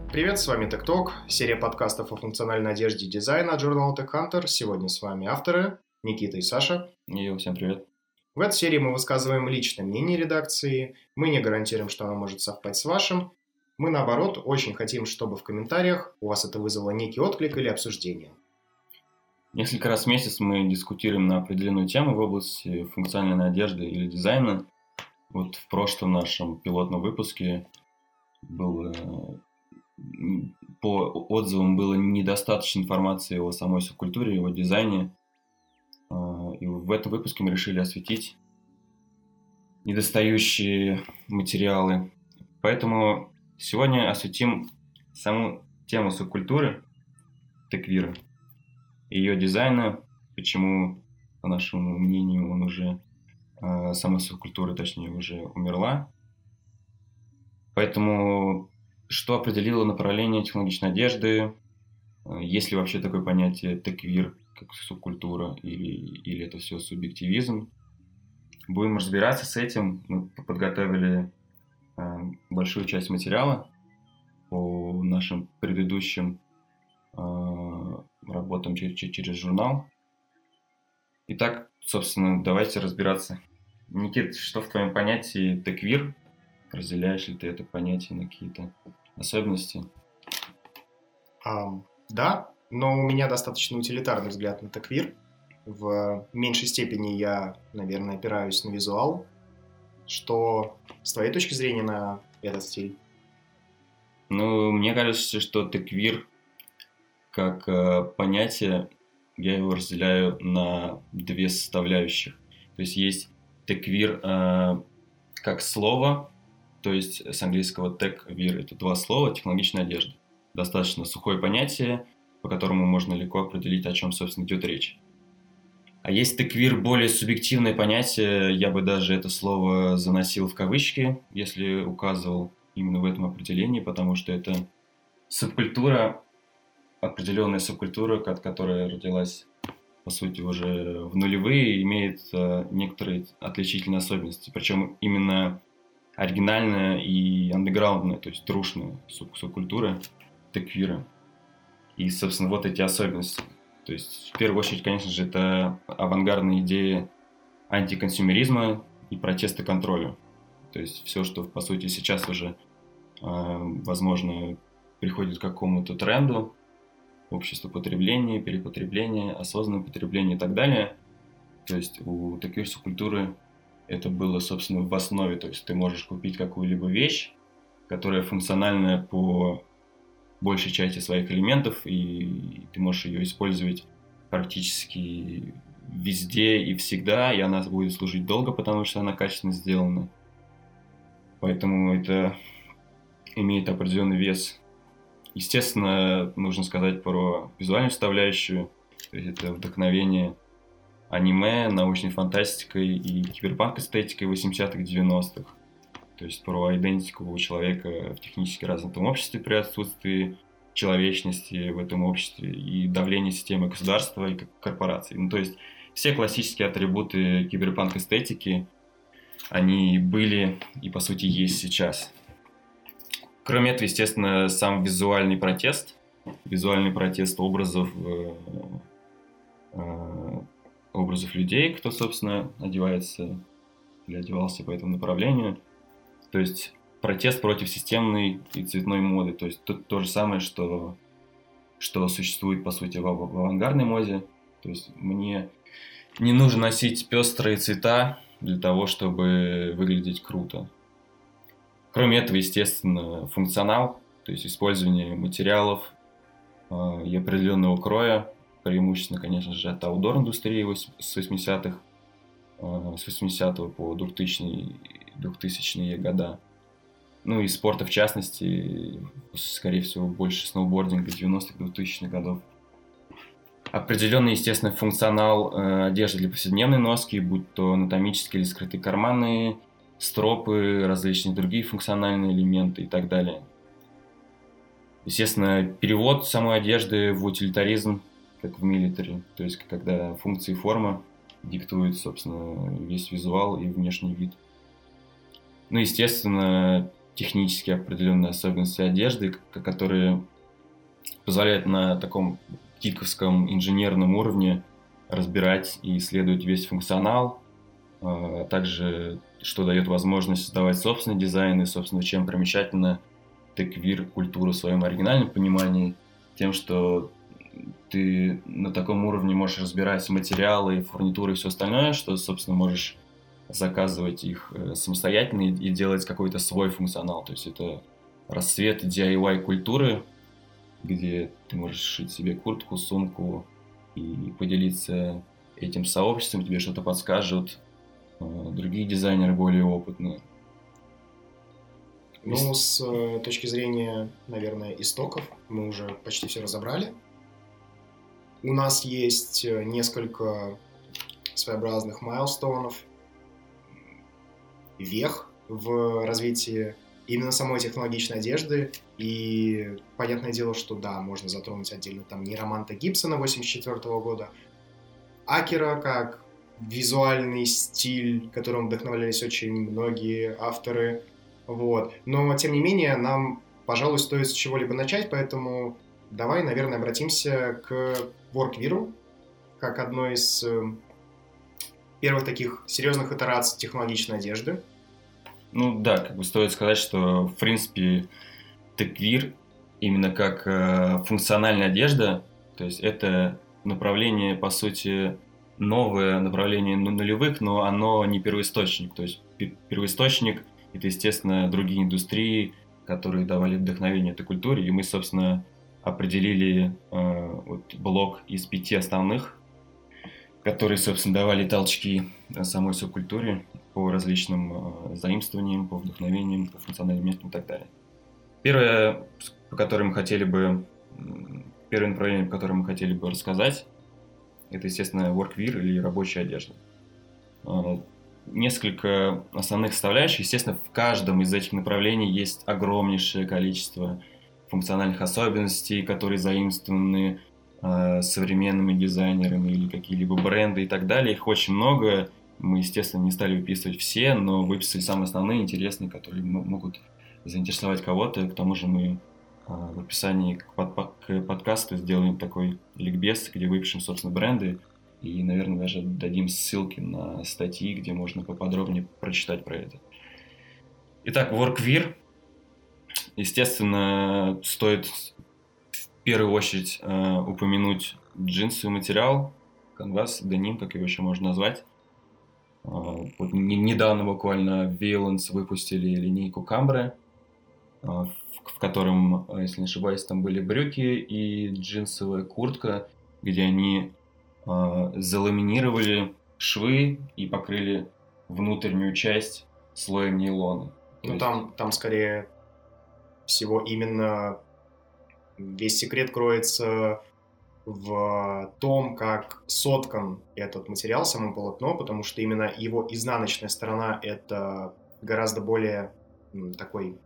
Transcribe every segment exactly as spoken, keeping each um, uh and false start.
Привет, с вами TechTalk, серия подкастов о функциональной одежде и дизайне от журнала Tech Hunter. Сегодня с вами авторы Никита и Саша. Йо, всем привет. В этой серии мы высказываем личное мнение редакции. Мы не гарантируем, что оно может совпасть с вашим. Мы, наоборот, очень хотим, чтобы в комментариях у вас это вызвало некий отклик или обсуждение. Несколько раз в месяц мы дискутируем на определенную тему в области функциональной одежды или дизайна. Вот в прошлом нашем пилотном выпуске было, по отзывам было недостаточно информации о самой субкультуре, о дизайне. И в этом выпуске мы решили осветить недостающие материалы. Поэтому сегодня осветим саму тему субкультуры, теквира, ее дизайна, почему, по нашему мнению, он уже, сама субкультура, точнее, уже умерла. Поэтому что определило направление технологичной одежды? Есть ли вообще такое понятие теквир, как субкультура, или, или это все субъективизм? Будем разбираться с этим. Мы подготовили большую часть материала по нашим предыдущим работам через, через журнал. Итак, собственно, давайте разбираться. Никит, что в твоем понятии теквир? Разделяешь ли ты это понятие на какие-то особенности? Um, да, но у меня достаточно утилитарный взгляд на теквир. В меньшей степени я, наверное, опираюсь на визуал. Что с твоей точки зрения на этот стиль? Ну, мне кажется, что теквир как э, понятие, я его разделяю на две составляющих. То есть есть теквир э, как слово, то есть с английского теквир, это два слова, технологичная одежда. Достаточно сухое понятие, по которому можно легко определить, о чем, собственно, идет речь. А есть теквир более субъективное понятие, я бы даже это слово заносил в кавычки, если указывал именно в этом определении, потому что это субкультура, определенная субкультура, которая родилась, по сути, уже в нулевые, имеет э, некоторые отличительные особенности. Причем именно оригинальная и андеграундная, то есть трушная суб- субкультура теквира. И, собственно, вот эти особенности. То есть, в первую очередь, конечно же, это авангардные идеи антиконсюмеризма и протеста контролю. То есть, все, что, по сути, сейчас уже, э, возможно, приходит к какому-то тренду, общество потребления, перепотребления, осознанное потребление и так далее. То есть у такой субкультуры это было, собственно, в основе. То есть ты можешь купить какую-либо вещь, которая функциональная по большей части своих элементов, и ты можешь ее использовать практически везде и всегда, и она будет служить долго, потому что она качественно сделана. Поэтому это имеет определенный вес. Естественно, нужно сказать про визуальную составляющую. То есть это вдохновение аниме, научной фантастикой и киберпанк-эстетикой восьмидесятых девяностых. То есть про идентику человека в технически развитом обществе при отсутствии человечности в этом обществе и давление системы государства и корпораций. Ну, то есть все классические атрибуты киберпанк-эстетики, они были и, по сути, есть сейчас. Кроме этого, естественно, сам визуальный протест, визуальный протест образов, э, э, образов людей, кто, собственно, одевается или одевался по этому направлению. То есть протест против системной и цветной моды. То есть тут то же самое, что, что существует, по сути, в, в авангардной моде. То есть мне не нужно носить пестрые цвета для того, чтобы выглядеть круто. Кроме этого, естественно, функционал, то есть использование материалов э, и определенного кроя, преимущественно, конечно же, от аутдор-индустрии с восьмидесятых, э, с восьмидесятого по двухтысячные года. Ну и спорта в частности, скорее всего, больше сноубординга девяностых, двухтысячных годов. Определенный, естественно, функционал э, одежды для повседневной носки, будь то анатомические или скрытые карманы, стропы, различные другие функциональные элементы и так далее. Естественно, перевод самой одежды в утилитаризм, как в милитари, то есть когда функции и форма диктуют, собственно, весь визуал и внешний вид. Ну, естественно, технически определенные особенности одежды, которые позволяют на таком гиковском инженерном уровне разбирать и исследовать весь функционал, а также что дает возможность создавать собственный дизайн, и, собственно, чем примечательна теквир-культура в своем оригинальном понимании, тем, что ты на таком уровне можешь разбирать материалы, фурнитуру и все остальное, что, собственно, можешь заказывать их самостоятельно и делать какой-то свой функционал. То есть это расцвет ди ай вай-культуры, где ты можешь шить себе куртку, сумку и поделиться этим сообществом, тебе что-то подскажут другие дизайнеры более опытные. Ну, с э, точки зрения, наверное, истоков мы уже почти все разобрали. У нас есть несколько своеобразных майлстоунов, вех в развитии именно самой технологичной одежды. И понятное дело, что да, можно затронуть отдельно там Нероманта Гибсона восемьдесят четвёртого года, Акера как визуальный стиль, которым вдохновлялись очень многие авторы. Вот. Но, тем не менее, нам, пожалуй, стоит с чего-либо начать, поэтому давай, наверное, обратимся к ворквиру, как одной из первых таких серьезных итераций технологичной одежды. Ну да, как бы стоит сказать, что, в принципе, теквир именно как э, функциональная одежда, то есть это направление, по сути, новое направление нулевых, но оно не первоисточник. То есть первоисточник — это, естественно, другие индустрии, которые давали вдохновение этой культуре, и мы, собственно, определили э, вот, блок из пяти основных, которые, собственно, давали толчки самой субкультуре по различным э, заимствованиям, по вдохновениям, по функциональным методам и так далее. Первое, по которым мы хотели бы, первое направление, по которому мы хотели бы рассказать, это, естественно, workwear или рабочая одежда. Э, несколько основных составляющих. Естественно, в каждом из этих направлений есть огромнейшее количество функциональных особенностей, которые заимствованы э, современными дизайнерами или какие-либо бренды и так далее. Их очень много. Мы, естественно, не стали выписывать все, но выписали самые основные, интересные, которые могут заинтересовать кого-то. К тому же мы э, в описании к, под, к подкасту сделаем такой ликбез, где выпишем, собственно, бренды. И, наверное, даже дадим ссылки на статьи, где можно поподробнее прочитать про это. Итак, workwear. Естественно, стоит в первую очередь э, упомянуть джинсовый материал, канвас, деним, как его еще можно назвать. Э, вот не, недавно буквально Veilance выпустили линейку Камбре, э, в, в котором, если не ошибаюсь, там были брюки и джинсовая куртка, где они э, заламинировали швы и покрыли внутреннюю часть слоем нейлона. Ну, есть... там, там скорее всего именно весь секрет кроется в том, как соткан этот материал, само полотно, потому что именно его изнаночная сторона — это гораздо более такой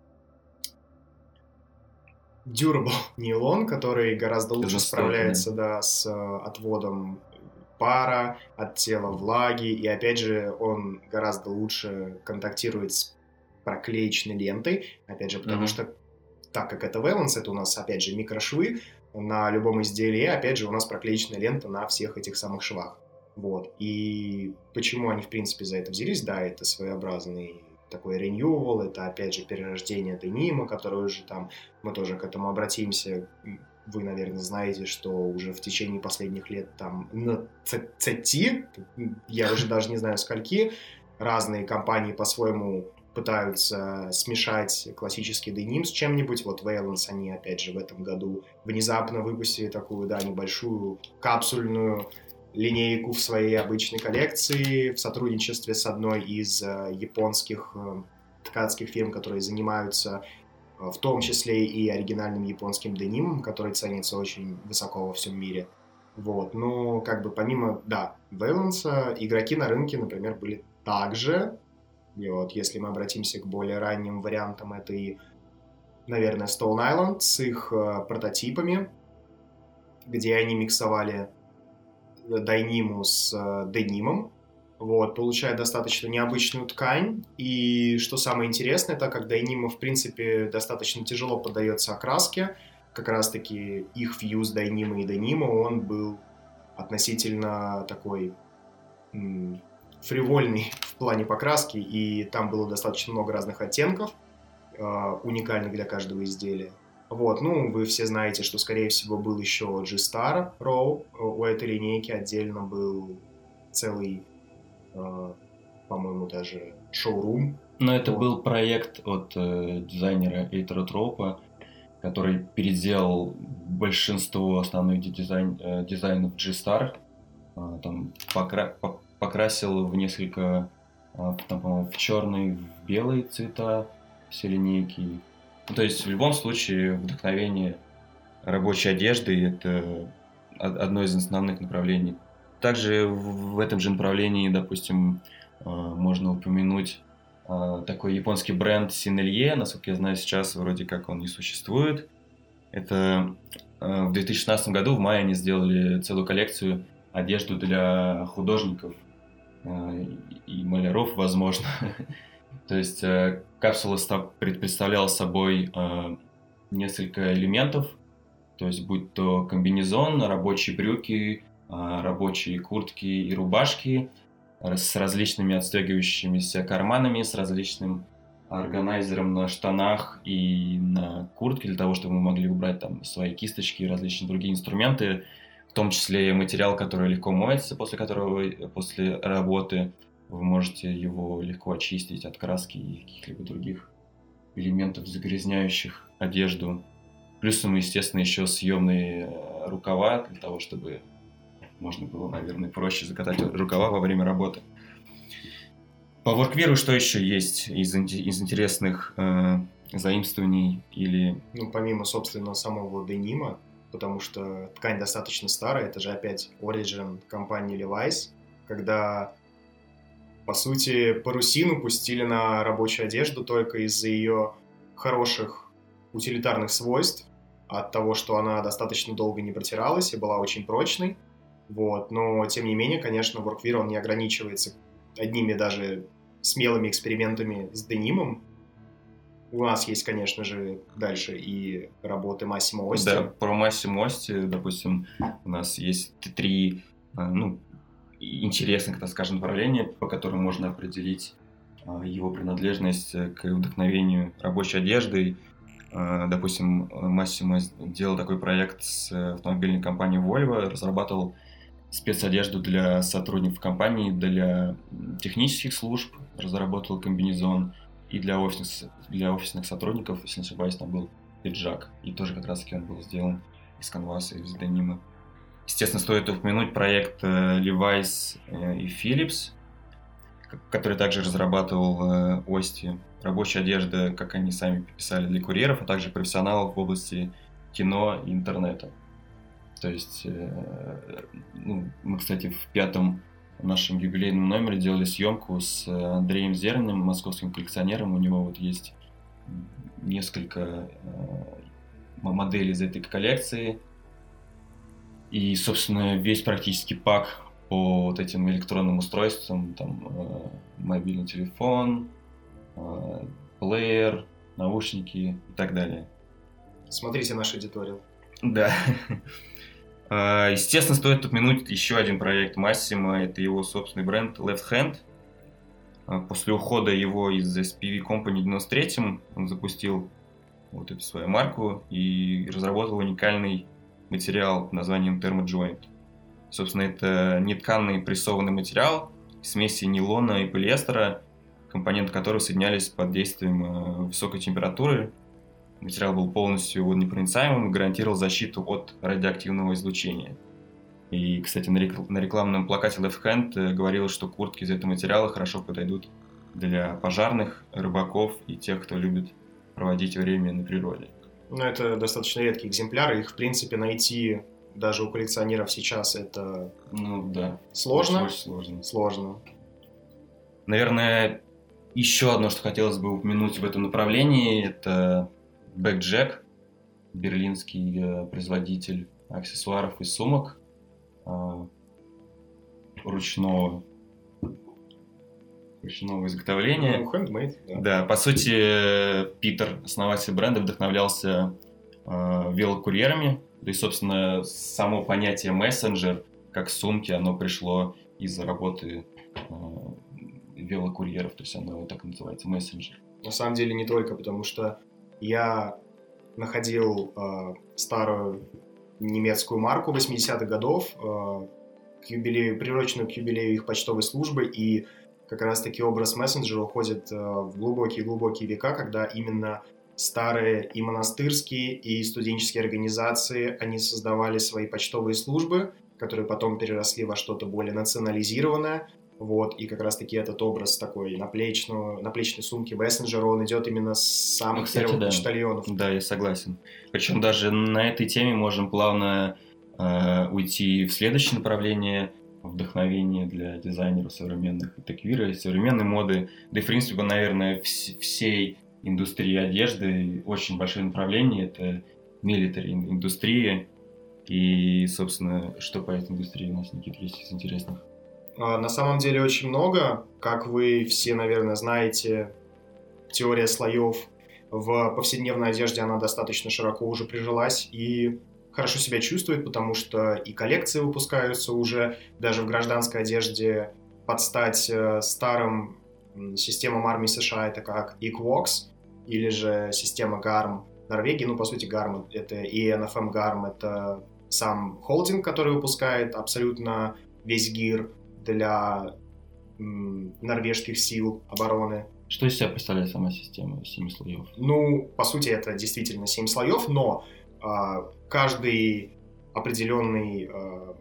durable нейлон, который гораздо лучше Жестокий, справляется да. Да, с отводом пара от тела, влаги, и опять же он гораздо лучше контактирует с проклеечной лентой, опять же, потому mm-hmm. что так как это Veilance, это у нас, опять же, микрошвы на любом изделии, опять же, у нас проклеечная лента на всех этих самых швах. Вот. И почему они, в принципе, за это взялись? Да, это своеобразный такой renewal, это, опять же, перерождение денима, который уже там, мы тоже к этому обратимся. Вы, наверное, знаете, что уже в течение последних лет там на си ти, я уже даже не знаю скольки, разные компании по-своему пытаются смешать классический деним с чем-нибудь. Вот Veilance, они, опять же, в этом году внезапно выпустили такую, да, небольшую капсульную линейку в своей обычной коллекции в сотрудничестве с одной из э, японских э, ткацких фирм, которые занимаются э, в том числе и оригинальным японским денимом, который ценится очень высоко во всем мире. Вот. Но, как бы, помимо, да, Veilance, игроки на рынке, например, были также. И вот, если мы обратимся к более ранним вариантам, это и, наверное, Stone Island с их э, прототипами, где они миксовали дайниму с э, денимом. вот, получает достаточно необычную ткань, и что самое интересное, так как Dyneema, в принципе, достаточно тяжело поддается окраске, как раз-таки их фьюз Dyneema и Dyneema, он был относительно такой м, фривольный в плане покраски, и там было достаточно много разных оттенков, э, уникальных для каждого изделия. Вот, ну, вы все знаете, что, скорее всего, был еще G-Star Row, у этой линейки отдельно был целый, э, по-моему, даже шоурум. Но это вот. был проект от э, дизайнера Эйтера Тропа, который переделал большинство основных дизайн, э, дизайнов G-Star, э, там покра- покрасил в несколько, э, там, по-моему, в черный, в белый цвета все линейки. Ну, то есть в любом случае вдохновение рабочей одежды — это одно из основных направлений. Также в этом же направлении, допустим, можно упомянуть такой японский бренд Синелье. Насколько я знаю, сейчас вроде как он не существует. Это в две тысячи шестнадцатом году в мае они сделали целую коллекцию одежды для художников и маляров, возможно. То есть капсула представляла собой несколько элементов, то есть будь то комбинезон, рабочие брюки, рабочие куртки и рубашки с различными отстегивающимися карманами, с различным органайзером на штанах и на куртке, для того, чтобы мы могли убрать там свои кисточки и различные другие инструменты, в том числе материал, который легко моется, после которого вы, после работы вы можете его легко очистить от краски и каких-либо других элементов, загрязняющих одежду. Плюсом, естественно, еще съемные рукава, для того, чтобы можно было, наверное, проще закатать рукава во время работы. По ворквиру что еще есть из, из интересных э, заимствований или... Ну, помимо, собственно, самого Dyneema, потому что ткань достаточно старая, это же опять Origin компании Levi's, когда, по сути, парусину пустили на рабочую одежду только из-за ее хороших утилитарных свойств, от того, что она достаточно долго не протиралась и была очень прочной. Вот. Но, тем не менее, конечно, Workwear, он не ограничивается одними даже смелыми экспериментами с Dyneema. У нас есть, конечно же, дальше и работы Massimo Osti. Да, про Massimo Osti, допустим, у нас есть три, ну, интересных, так скажем, направления, по которым можно определить его принадлежность к вдохновению рабочей одежды. Допустим, Massimo делал такой проект с автомобильной компанией Volvo, разрабатывал спецодежду для сотрудников компании, для технических служб, разработал комбинезон, и для офисных, для офисных сотрудников, если не ошибаюсь, там был пиджак, и тоже как раз-таки он был сделан из канваса, из Dyneema. Естественно, стоит упомянуть проект Levi's и Philips, который также разрабатывал Osti. Рабочая одежда, как они сами писали, для курьеров, а также профессионалов в области кино и интернета. То есть, ну, мы, кстати, в пятом нашем юбилейном номере делали съемку с Андреем Зерниным, московским коллекционером. У него вот есть несколько моделей из этой коллекции. И, собственно, весь практически пак по вот этим электронным устройствам, там, мобильный телефон, плеер, наушники и так далее. Смотрите наш эдиториал. Да. Естественно, стоит упомянуть еще один проект Massimo, это его собственный бренд Left Hand. После ухода его из эс пи ви Company в девяносто третьем он запустил вот эту свою марку и разработал уникальный материал под названием Thermojoint. Собственно, это нетканный прессованный материал, смеси нейлона и полиэстера, компоненты которого соединялись под действием высокой температуры. Материал был полностью водонепроницаемым и гарантировал защиту от радиоактивного излучения. И, кстати, на рекламном плакате Left Hand говорилось, что куртки из этого материала хорошо подойдут для пожарных, рыбаков и тех, кто любит проводить время на природе. Ну, это достаточно редкие экземпляры, их, в принципе, найти даже у коллекционеров сейчас это ну, да. сложно. Очень сложно. Сложно. Наверное, еще одно, что хотелось бы упомянуть в этом направлении, это Backjack, берлинский производитель аксессуаров и сумок ручного ручного изготовления. Ну, handmade, да. Да, по сути, Питер, основатель бренда, вдохновлялся э, велокурьерами. Да и, собственно, само понятие мессенджер, как сумки, оно пришло из-за работы э, велокурьеров. То есть оно так и называется, мессенджер. На самом деле не только, потому что я находил э, старую немецкую марку восьмидесятых годов, э, к юбилею, приуроченную к юбилею их почтовой службы, и как раз-таки образ мессенджера уходит э, в глубокие-глубокие века, когда именно старые и монастырские, и студенческие организации, они создавали свои почтовые службы, которые потом переросли во что-то более национализированное. Вот, и как раз-таки этот образ такой наплечного, наплечной сумки мессенджера, он идет именно с самых Кстати, первых да. почтальонов. Да, я согласен. Причем даже на этой теме можем плавно э, уйти в следующее направление, вдохновение для дизайнеров современных теквира и современной моды. Да и, в принципе, наверное, вс- всей индустрии одежды очень большое направление — это military индустрия. И, собственно, что по этой индустрии у нас, Никита, есть из интересных? На самом деле очень много. Как вы все, наверное, знаете, теория слоев в повседневной одежде, она достаточно широко уже прижилась и хорошо себя чувствует, потому что и коллекции выпускаются уже даже в гражданской одежде под стать старым системам армии США, это как Equox или же система гарм Норвегии. Ну, по сути, гарм — это и эн эф эм гарм, это сам холдинг, который выпускает абсолютно весь гир для м, норвежских сил обороны. Что из себя представляет сама система семи слоев? Ну, по сути, это действительно семь слоев, но э, каждый определенный, э,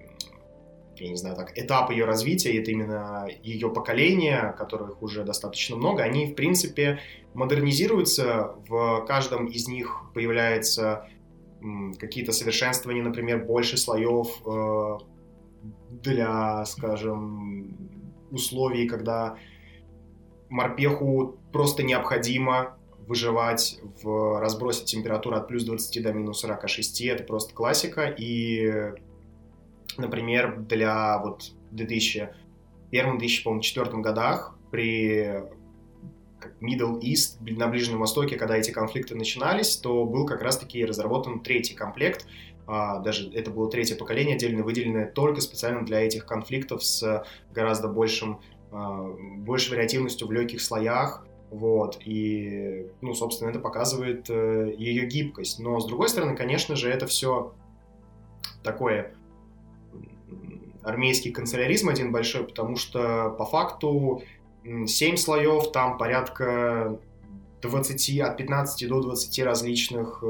я не знаю, так, этап ее развития, это именно ее поколения, которых уже достаточно много, они, в принципе, модернизируются, в каждом из них появляются м, какие-то совершенствования, например, больше слоев э, для, скажем, условий, когда морпеху просто необходимо выживать в разбросе температуры от плюс двадцати до минус сорока шести. Это просто классика. И, например, для вот две тысячи первом — две тысячи четвёртом годах при Middle East, на Ближнем Востоке, когда эти конфликты начинались, то был как раз-таки разработан третий комплект. Даже это было третье поколение, отдельно выделенное только специально для этих конфликтов с гораздо большим, большей вариативностью в легких слоях. Вот. И, ну, собственно, это показывает ее гибкость. Но, с другой стороны, конечно же, это все такое армейский канцеляризм один большой, потому что, по факту, семь слоев, там порядка двадцати, от пятнадцати до двадцати различных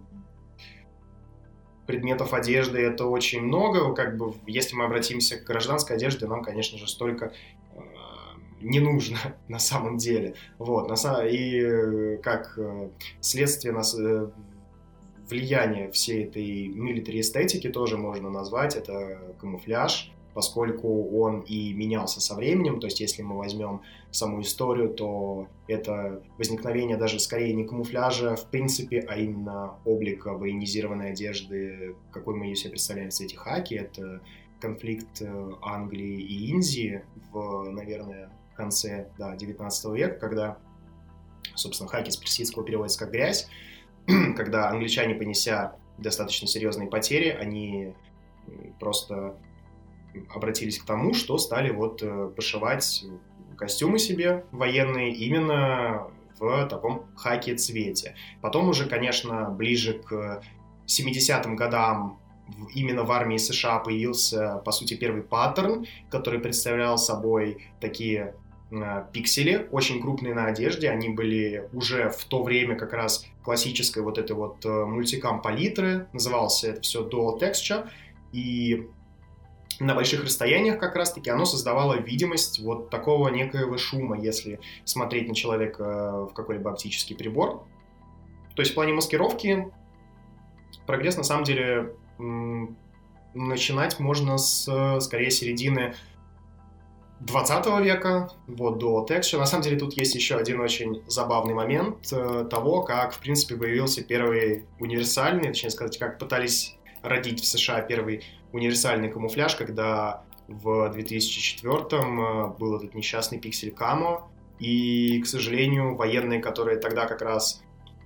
предметов одежды. Это очень много. Как бы, если мы обратимся к гражданской одежде, нам, конечно же, столько э, не нужно на самом деле. Вот. И как следствие нас, влияние всей этой military эстетики тоже можно назвать, это камуфляж, поскольку он и менялся со временем. То есть, если мы возьмем саму историю, то это возникновение даже скорее не камуфляжа в принципе, а именно облика военизированной одежды, какой мы ее себе представляем в цвете хаки. Это конфликт Англии и Индии в, наверное, конце да, девятнадцатого века, когда, собственно, хаки с персидского переводится как грязь, когда англичане, понеся достаточно серьезные потери, они просто обратились к тому, что стали вот пошивать костюмы себе военные именно в таком хаки цвете. Потом уже, конечно, ближе к семидесятым годам именно в армии США появился, по сути, первый паттерн, который представлял собой такие пиксели, очень крупные на одежде. Они были уже в то время как раз классической вот этой вот мультикам палитры. Назывался это все Dual Texture. И на больших расстояниях как раз-таки оно создавало видимость вот такого некоего шума, если смотреть на человека в какой-либо оптический прибор. То есть в плане маскировки прогресс на самом деле м- начинать можно с, скорее, середины двадцатого века, вот, до Texture. На самом деле тут есть еще один очень забавный момент э, того, как, в принципе, появился первый универсальный, точнее сказать, как пытались родить в США первый универсальный камуфляж, когда в две тысячи четвёртом был этот несчастный пиксель Камо, и, к сожалению, военные, которые тогда как раз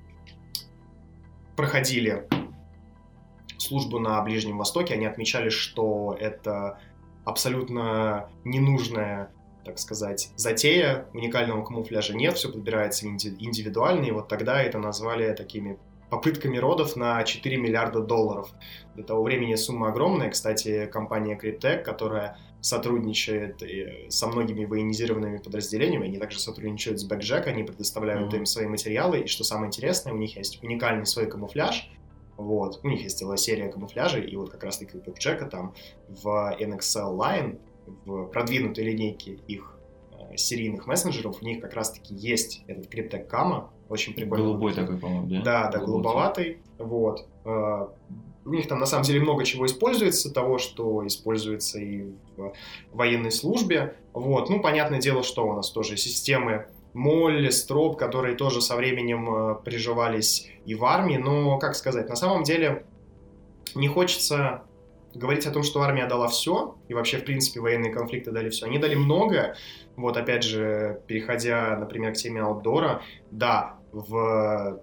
проходили службу на Ближнем Востоке, они отмечали, что это абсолютно ненужная, так сказать, затея, уникального камуфляжа нет, все подбирается индивидуально, и вот тогда это назвали такими попытками родов на четыре миллиарда долларов. До того времени сумма огромная. Кстати, компания Cryptek, которая сотрудничает со многими военизированными подразделениями, они также сотрудничают с Backjack, они предоставляют mm-hmm. им свои материалы, и что самое интересное, у них есть уникальный свой камуфляж. Вот. У них есть целая серия камуфляжей, и вот как раз-таки у Backjack там в эн икс эл Line, в продвинутой линейке их э, серийных мессенджеров, у них как раз-таки есть этот Cryptek Camo, очень прикольный. Голубой такой, по-моему, да? Да, да, голубоватый. Вот. Э, у них там на самом деле много чего используется, того, что используется и в военной службе. Вот. Ну, понятное дело, что у нас тоже системы моль, строп, которые тоже со временем э, приживались и в армии, но, как сказать, на самом деле не хочется говорить о том, что армия дала все, и вообще, в принципе, военные конфликты дали все. Они дали многое. Вот, опять же, переходя, например, к теме аутдора, да, в,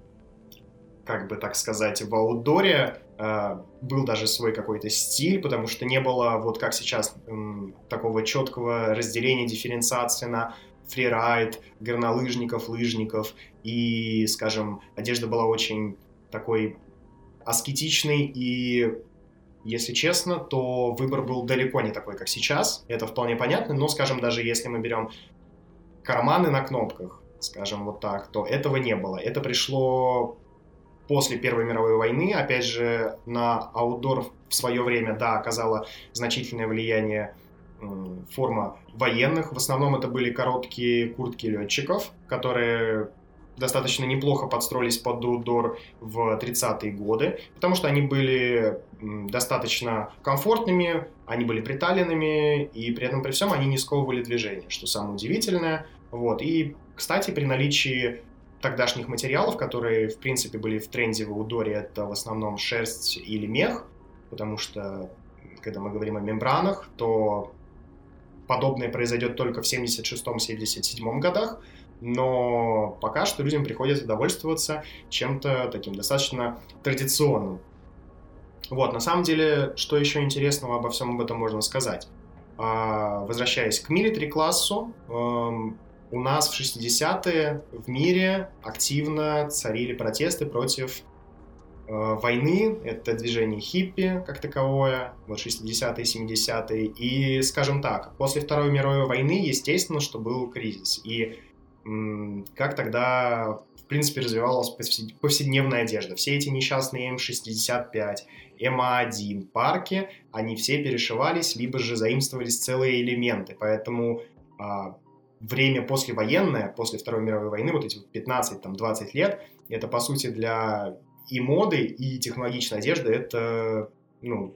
как бы так сказать, в аутдоре э, был даже свой какой-то стиль, потому что не было, вот как сейчас, м, такого четкого разделения, дифференциации на фрирайд, горнолыжников, лыжников, и, скажем, одежда была очень такой аскетичной, и, если честно, то выбор был далеко не такой, как сейчас, это вполне понятно, но, скажем, даже если мы берем карманы на кнопках, скажем вот так, то этого не было. Это пришло после Первой мировой войны, опять же, на аутдор в свое время, да, оказало значительное влияние форма военных. В основном это были короткие куртки летчиков, которые достаточно неплохо подстроились под аутдор в тридцатые годы, потому что они были достаточно комфортными, они были приталенными, и при этом при всем они не сковывали движение, что самое удивительное. Вот. И, кстати, при наличии тогдашних материалов, которые, в принципе, были в тренде в аутдоре, это в основном шерсть или мех, потому что, когда мы говорим о мембранах, то подобное произойдет только в семьдесят шестом — семьдесят седьмом годах, но пока что людям приходится довольствоваться чем-то таким достаточно традиционным. Вот, на самом деле, что еще интересного обо всем об этом можно сказать? Возвращаясь к милитари-классу, у нас в шестидесятые в мире активно царили протесты против войны, это движение хиппи как таковое, вот шестидесятые, семидесятые, и, скажем так, после Второй мировой войны, естественно, что был кризис, и м- как тогда, в принципе, развивалась повседневная одежда. Все эти несчастные эм шестьдесят пять, эм один парки, они все перешивались, либо же заимствовались целые элементы, поэтому а, время послевоенное, после Второй мировой войны, вот эти пятнадцать-двадцать лет, это, по сути, для и моды, и технологичной одежды, это, ну,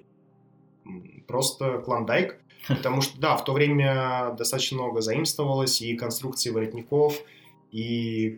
просто клондайк, потому что, да, в то время достаточно много заимствовалось, и конструкции воротников, и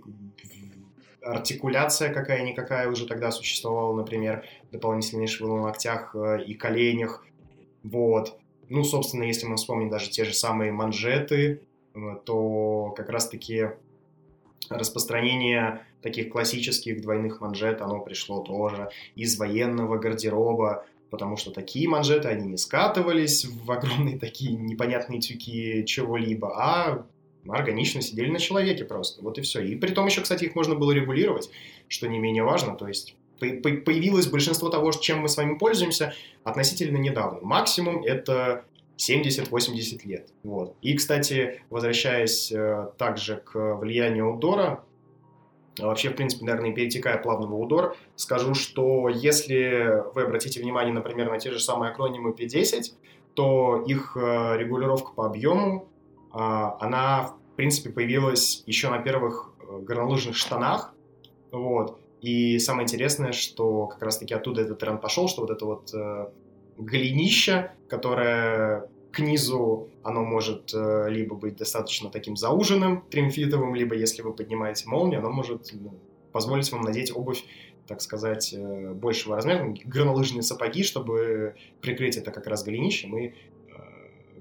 артикуляция какая-никакая уже тогда существовала, например, дополнительные швы на локтях и коленях, вот. Ну, собственно, если мы вспомним даже те же самые манжеты, то как раз-таки распространение таких классических двойных манжет, оно пришло тоже из военного гардероба, потому что такие манжеты, они не скатывались в огромные такие непонятные тюки чего-либо, а органично сидели на человеке просто, вот и все. И при том еще, кстати, их можно было регулировать, что не менее важно, то есть появилось большинство того, чем мы с вами пользуемся, относительно недавно. Максимум это семьдесят-восемьдесят лет. Вот. И, кстати, возвращаясь э, также к влиянию аутдора, вообще, в принципе, наверное, перетекая плавно в аутдор, скажу, что если вы обратите внимание, например, на те же самые акронимы пи десять, то их э, регулировка по объему, э, она, в принципе, появилась еще на первых э, горнолыжных штанах. Вот. И самое интересное, что как раз-таки оттуда этот тренд пошел, что вот это вот э, голенище, которое к низу, оно может э, либо быть достаточно таким зауженным, тримфитовым, либо если вы поднимаете молнию, оно может ну, позволить вам надеть обувь, так сказать, э, большего размера, горнолыжные сапоги, чтобы прикрыть это как раз голенищем и э,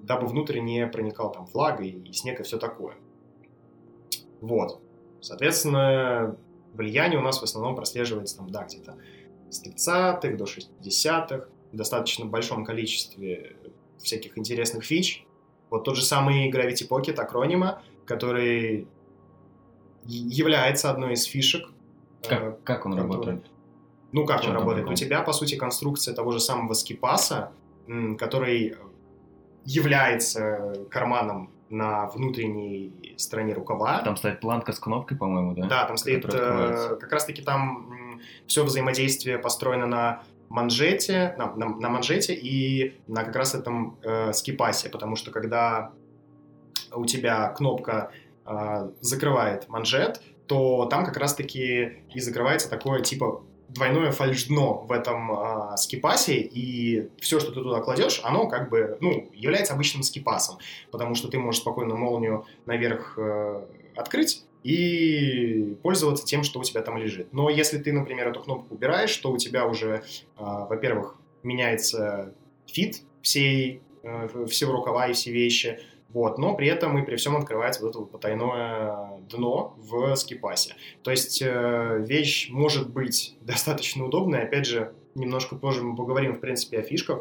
дабы внутрь не проникал там влага и, и снег и все такое. Вот. Соответственно, влияние у нас в основном прослеживается там, да, где-то с тридцатых до шестидесятых, в достаточно большом количестве всяких интересных фич. Вот тот же самый Gravity Pocket Acronima, который является одной из фишек. Как, как он который... работает? Ну, как он работает? У тебя, по сути, конструкция того же самого скипаса, который является карманом на внутренней стороне рукава. Там стоит планка с кнопкой, по-моему, да? Да, там стоит, э, как раз-таки там все взаимодействие построено на манжете, на, на, на манжете и на как раз этом э, скипасе, потому что когда у тебя кнопка э, закрывает манжет, то там как раз-таки и закрывается такое типа двойное фальш-дно в этом э, скипасе, и все, что ты туда кладешь, оно как бы, ну, является обычным скипасом, потому что ты можешь спокойно молнию наверх э, открыть и пользоваться тем, что у тебя там лежит. Но если ты, например, эту кнопку убираешь, то у тебя уже, э, во-первых, меняется фит всей, э, всего рукава и все вещи, вот, но при этом и при всем открывается вот это вот потайное дно в скипасе. То есть э, вещь может быть достаточно удобной. Опять же, немножко позже мы поговорим, в принципе, о фишках.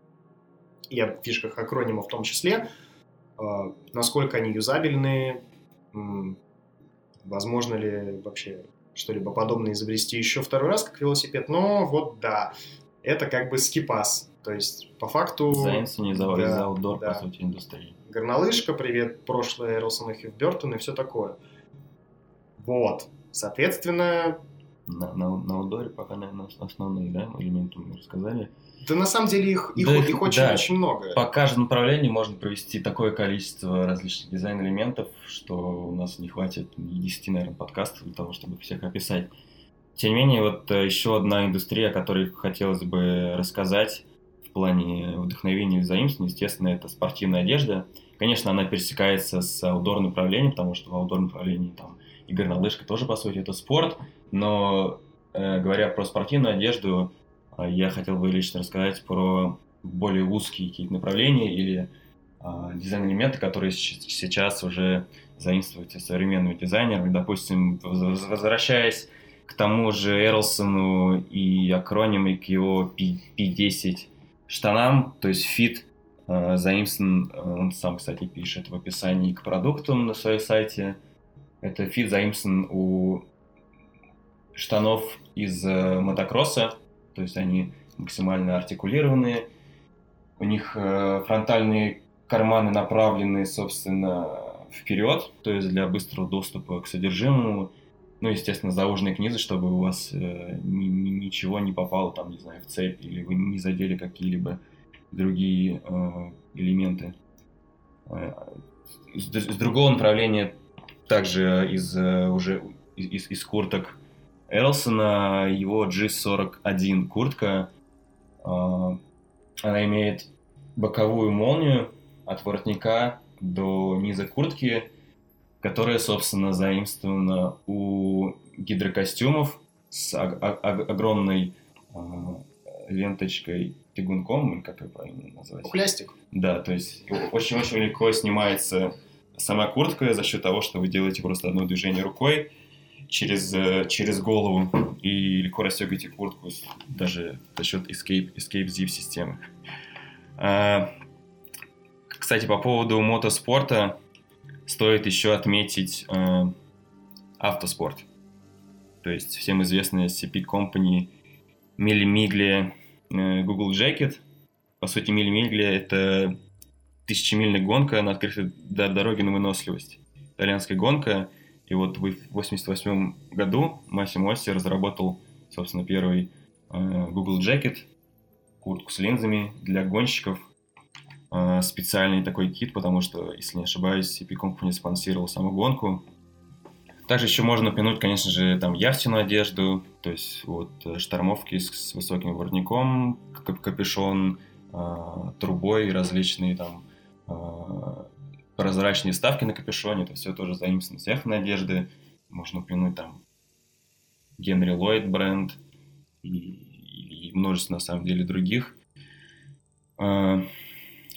И о фишках акронима в том числе. Э, насколько они юзабельны, э, возможно ли вообще что-либо подобное изобрести еще второй раз, как велосипед. Но вот да, это как бы скипас. То есть, по факту... Заимствование за аутдор, по сути, индустрии. Горнолыжка, привет, прошлое Эрлсон и Хьюбертон и все такое. Вот, соответственно... На, на, на аутдоре пока, наверное, основные, да, элементы мы рассказали. Да на самом деле их, их, да, их очень-очень да, много. По каждому направлению можно провести такое количество различных дизайн-элементов, что у нас не хватит и десяти, наверное, подкастов для того, чтобы всех описать. Тем не менее, вот еще одна индустрия, о которой хотелось бы рассказать в плане вдохновения и заимствования, естественно, это спортивная одежда. Конечно, она пересекается с аутдор направлением, потому что в аутдор направлении там и горнолыжка тоже, по сути, это спорт. Но, э, говоря про спортивную одежду, э, я хотел бы лично рассказать про более узкие какие-то направления или э, дизайн-элементы, которые сейчас уже заимствуются современными дизайнерами. Допустим, возвращаясь к тому же Эрлсону и Acronym, и к его пи десять штанам, то есть фит э, заимствован, он сам, кстати, пишет в описании к продукту на своем сайте. Это фит заимствован у штанов из э, мотокросса, то есть они максимально артикулированные. У них э, фронтальные карманы направлены, собственно, вперед, то есть для быстрого доступа к содержимому. Ну, естественно, зауженные к низу, чтобы у вас э, ни, ни, ничего не попало, там, не знаю, в цепь, или вы не задели какие-либо другие э, элементы. С, с другого направления, также из, уже из, из курток Эрлсона, его джи сорок один куртка, э, она имеет боковую молнию от воротника до низа куртки, которая, собственно, заимствована у гидрокостюмов с огромной э, ленточкой тягунком, или как ее правильно назвать? Пухлястик. Да, то есть очень-очень легко снимается сама куртка за счет того, что вы делаете просто одно движение рукой через, через голову и легко расстегиваете куртку даже за счет Escape, Escape Zip системы. А, кстати, по поводу мотоспорта стоит еще отметить э, автоспорт. То есть всем известная си пи Company Mille Miglia э, Google Jacket. По сути, Mille Miglia — это тысячемильная гонка на открытой дороге на выносливость. Итальянская гонка. И вот в восемьдесят восьмом году Массимо Осси разработал, собственно, первый э, Google Jacket, куртку с линзами для гонщиков. Специальный такой кит, потому что, если не ошибаюсь, си пи Company спонсировал саму гонку. Также еще можно упомянуть, конечно же, там яхтенную одежду, то есть вот штормовки с, с высоким воротником, капюшон, э, трубой, различные там э, прозрачные вставки на капюшоне, это все тоже заимствовано с яхтенной одежды. Можно упомянуть там Генри Ллойд бренд и, и множество, на самом деле, других. Э,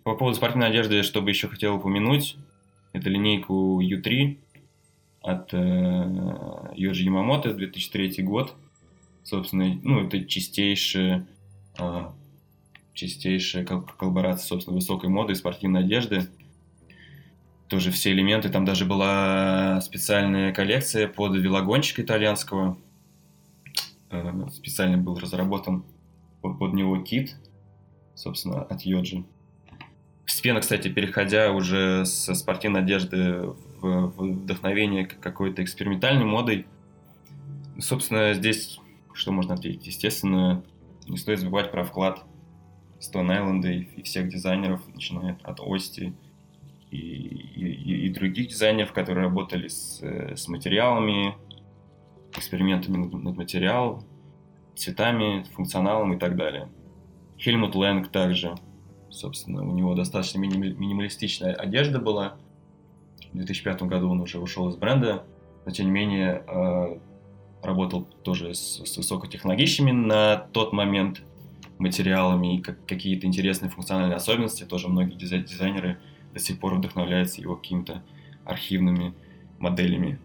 по поводу спортивной одежды, что бы еще хотел упомянуть, это линейку ю три от э, Йоджи Ямамото, две тысячи третий год. Собственно, ну, это чистейшая, э, чистейшая коллаборация, собственно, высокой моды и спортивной одежды. Тоже все элементы. Там даже была специальная коллекция под велогонщика итальянского. Э, специально был разработан под, под него кит, собственно, от Йоджи. Постепенно, кстати, переходя уже со спортивной одежды в, в вдохновение какой-то экспериментальной модой. Собственно, здесь что можно ответить? Естественно, не стоит забывать про вклад Stone Island и, и всех дизайнеров, начиная от Ости и, и, и других дизайнеров, которые работали с, с материалами, экспериментами над, над материалом, цветами, функционалом и так далее. Хельмут Лэнг также. Собственно, у него достаточно миним, минималистичная одежда была. В две тысячи пятом году он уже ушел из бренда, но тем не менее э, работал тоже с, с высокотехнологичными на тот момент материалами и как, какие-то интересные функциональные особенности. Тоже многие дизай- дизайнеры до сих пор вдохновляются его какими-то архивными моделями.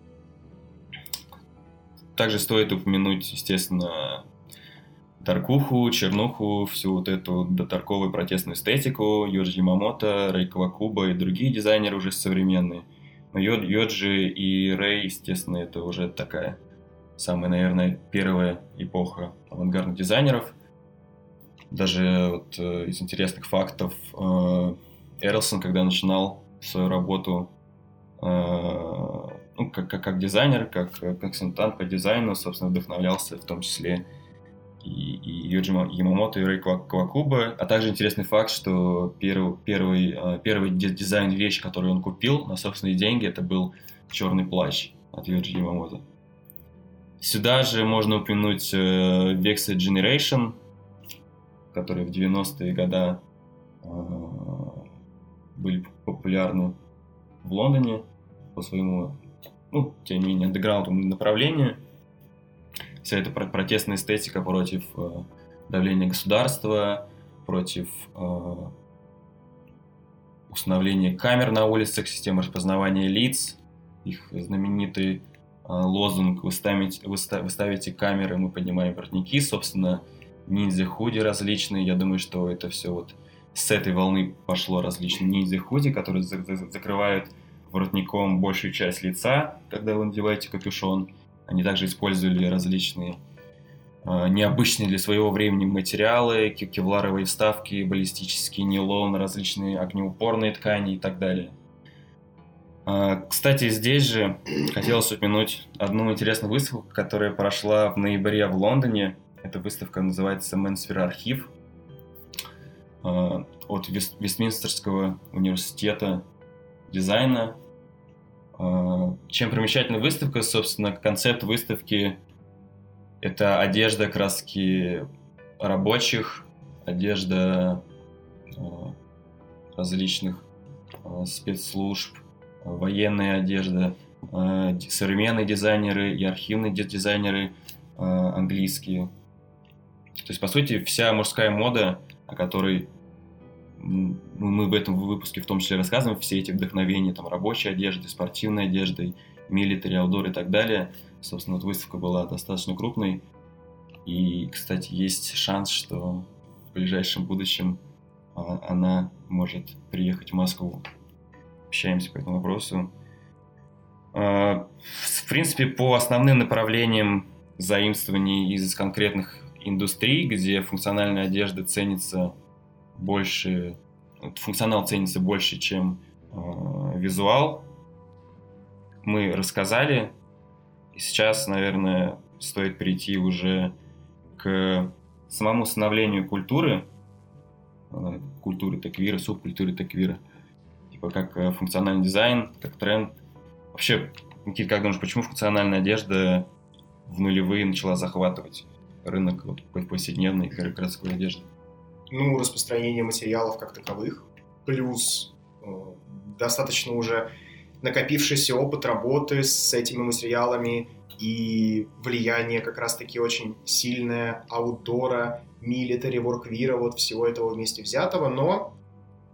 Также стоит упомянуть, естественно, даркуху, чернуху, всю вот эту дарковую протестную эстетику, Йоджи Ямамото, Рэй Кавакуба и другие дизайнеры уже современные. Но Йоджи и Рэй, естественно, это уже такая самая, наверное, первая эпоха авангардных дизайнеров. Даже вот э, из интересных фактов, э, Эрлсон, когда начинал свою работу э, ну, как, как, как дизайнер, как консультант по дизайну, собственно, вдохновлялся в том числе и, и Йоджи Ямамото, и Рэй Кавакуба. А также интересный факт, что первый, первый, первый дизайн вещи, который он купил на собственные деньги, это был черный плащ от Йоджи Ямамото. Сюда же можно упомянуть э, Vexed Generation, которые в девяностые годы э, были популярны в Лондоне по своему, ну, тем не менее, андеграундному направлению. Вся эта протестная эстетика против э, давления государства, против э, установления камер на улицах, системы распознавания лиц, их знаменитый э, лозунг «Вы ставите, вы ставите камеры, мы поднимаем воротники», собственно, ниндзя-худи различные. Я думаю, что это все вот с этой волны пошло различные ниндзя-худи, которые за- за- закрывают воротником большую часть лица, когда вы надеваете капюшон. Они также использовали различные э, необычные для своего времени материалы, кевларовые вставки, баллистический нейлон, различные огнеупорные ткани и так далее. Э, кстати, здесь же хотелось упомянуть одну интересную выставку, которая прошла в ноябре в Лондоне. Эта выставка называется Менсфера Архив э, от Вест- Вестминстерского университета дизайна. Чем примечательна выставка, собственно, концепт выставки – это одежда краски рабочих, одежда различных спецслужб, военная одежда, современные дизайнеры и архивные дизайнеры английские. То есть, по сути, вся мужская мода, о которой мы в этом выпуске в том числе рассказываем, все эти вдохновения, там, рабочей одежды, спортивной одежды, милитари, аутдор и так далее. Собственно, вот выставка была достаточно крупной. И, кстати, есть шанс, что в ближайшем будущем она может приехать в Москву. Общаемся по этому вопросу. В принципе, по основным направлениям заимствований из конкретных индустрий, где функциональная одежда ценится больше, функционал ценится больше, чем э, визуал, мы рассказали. И сейчас, наверное, стоит перейти уже к самому становлению культуры, э, культуры теквира, субкультуры теквира, типа как э, функциональный дизайн, как тренд. Вообще, Никита, как думаешь, почему функциональная одежда в нулевые начала захватывать рынок вот, повседневной городской одежды? Ну, распространение материалов как таковых, плюс э, достаточно уже накопившийся опыт работы с этими материалами и влияние как раз-таки очень сильное аутдора, милитари, ворквира, вот всего этого вместе взятого, но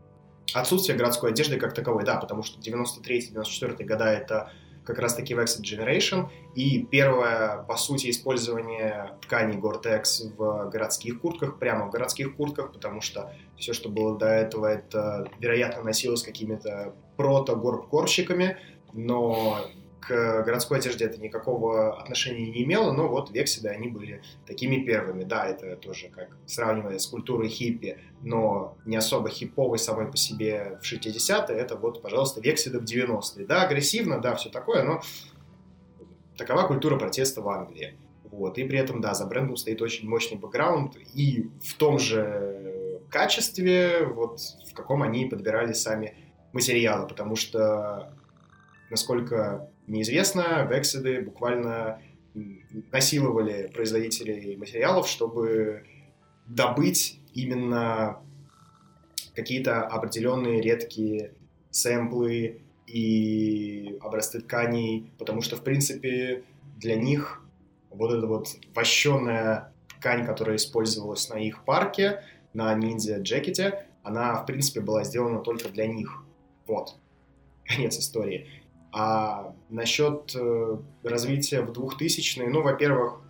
отсутствие городской одежды как таковой, да, потому что девяносто третий девяносто четвёртый года это как раз-таки Vexed Generation, и первое, по сути, использование тканей Gore-Tex в городских куртках, прямо в городских куртках, потому что все, что было до этого, это, вероятно, носилось какими-то прото-горбкорщиками, но к городской одежде это никакого отношения не имело, но вот векседы, они были такими первыми. Да, это тоже как сравнивая с культурой хиппи, но не особо хипповой самой по себе в шестидесятые, это вот, пожалуйста, векседы в девяностые. Да, агрессивно, да, все такое, но такова культура протеста в Англии. Вот. И при этом, да, за брендом стоит очень мощный бэкграунд, и в том же качестве, вот в каком они подбирали сами материалы, потому что, насколько неизвестно, векседы буквально насиловали производителей материалов, чтобы добыть именно какие-то определенные редкие сэмплы и образцы тканей, потому что, в принципе, для них вот эта вот вощеная ткань, которая использовалась на их парке, на ниндзя-джекете, она, в принципе, была сделана только для них. Вот. Конец истории. А насчет э, развития в двухтысячные, ну, во-первых,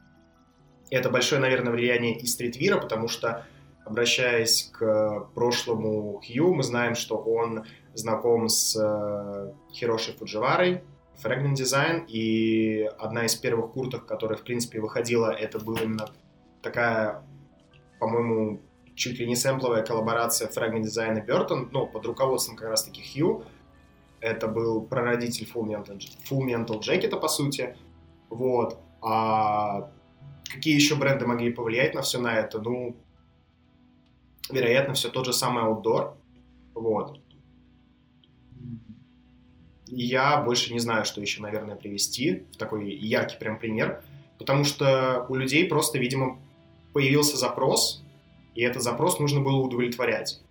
это большое, наверное, влияние и стритвира, потому что, обращаясь к прошлому Хью, мы знаем, что он знаком с э, Хироши Фудживарой, Fragment Design, и одна из первых курток, которая, в принципе, выходила, это была именно такая, по-моему, чуть ли не сэмпловая коллаборация Fragment Design и Burton, ну, под руководством как раз-таки Хью. Это был прародитель Full Metal, Full Metal Jacket, по сути. Вот. А какие еще бренды могли повлиять на все на это? Ну, вероятно, все тот же самый Outdoor. Вот. И я больше не знаю, что еще, наверное, привести в такой яркий прям пример. Потому что у людей просто, видимо, появился запрос, и этот запрос нужно было удовлетворять.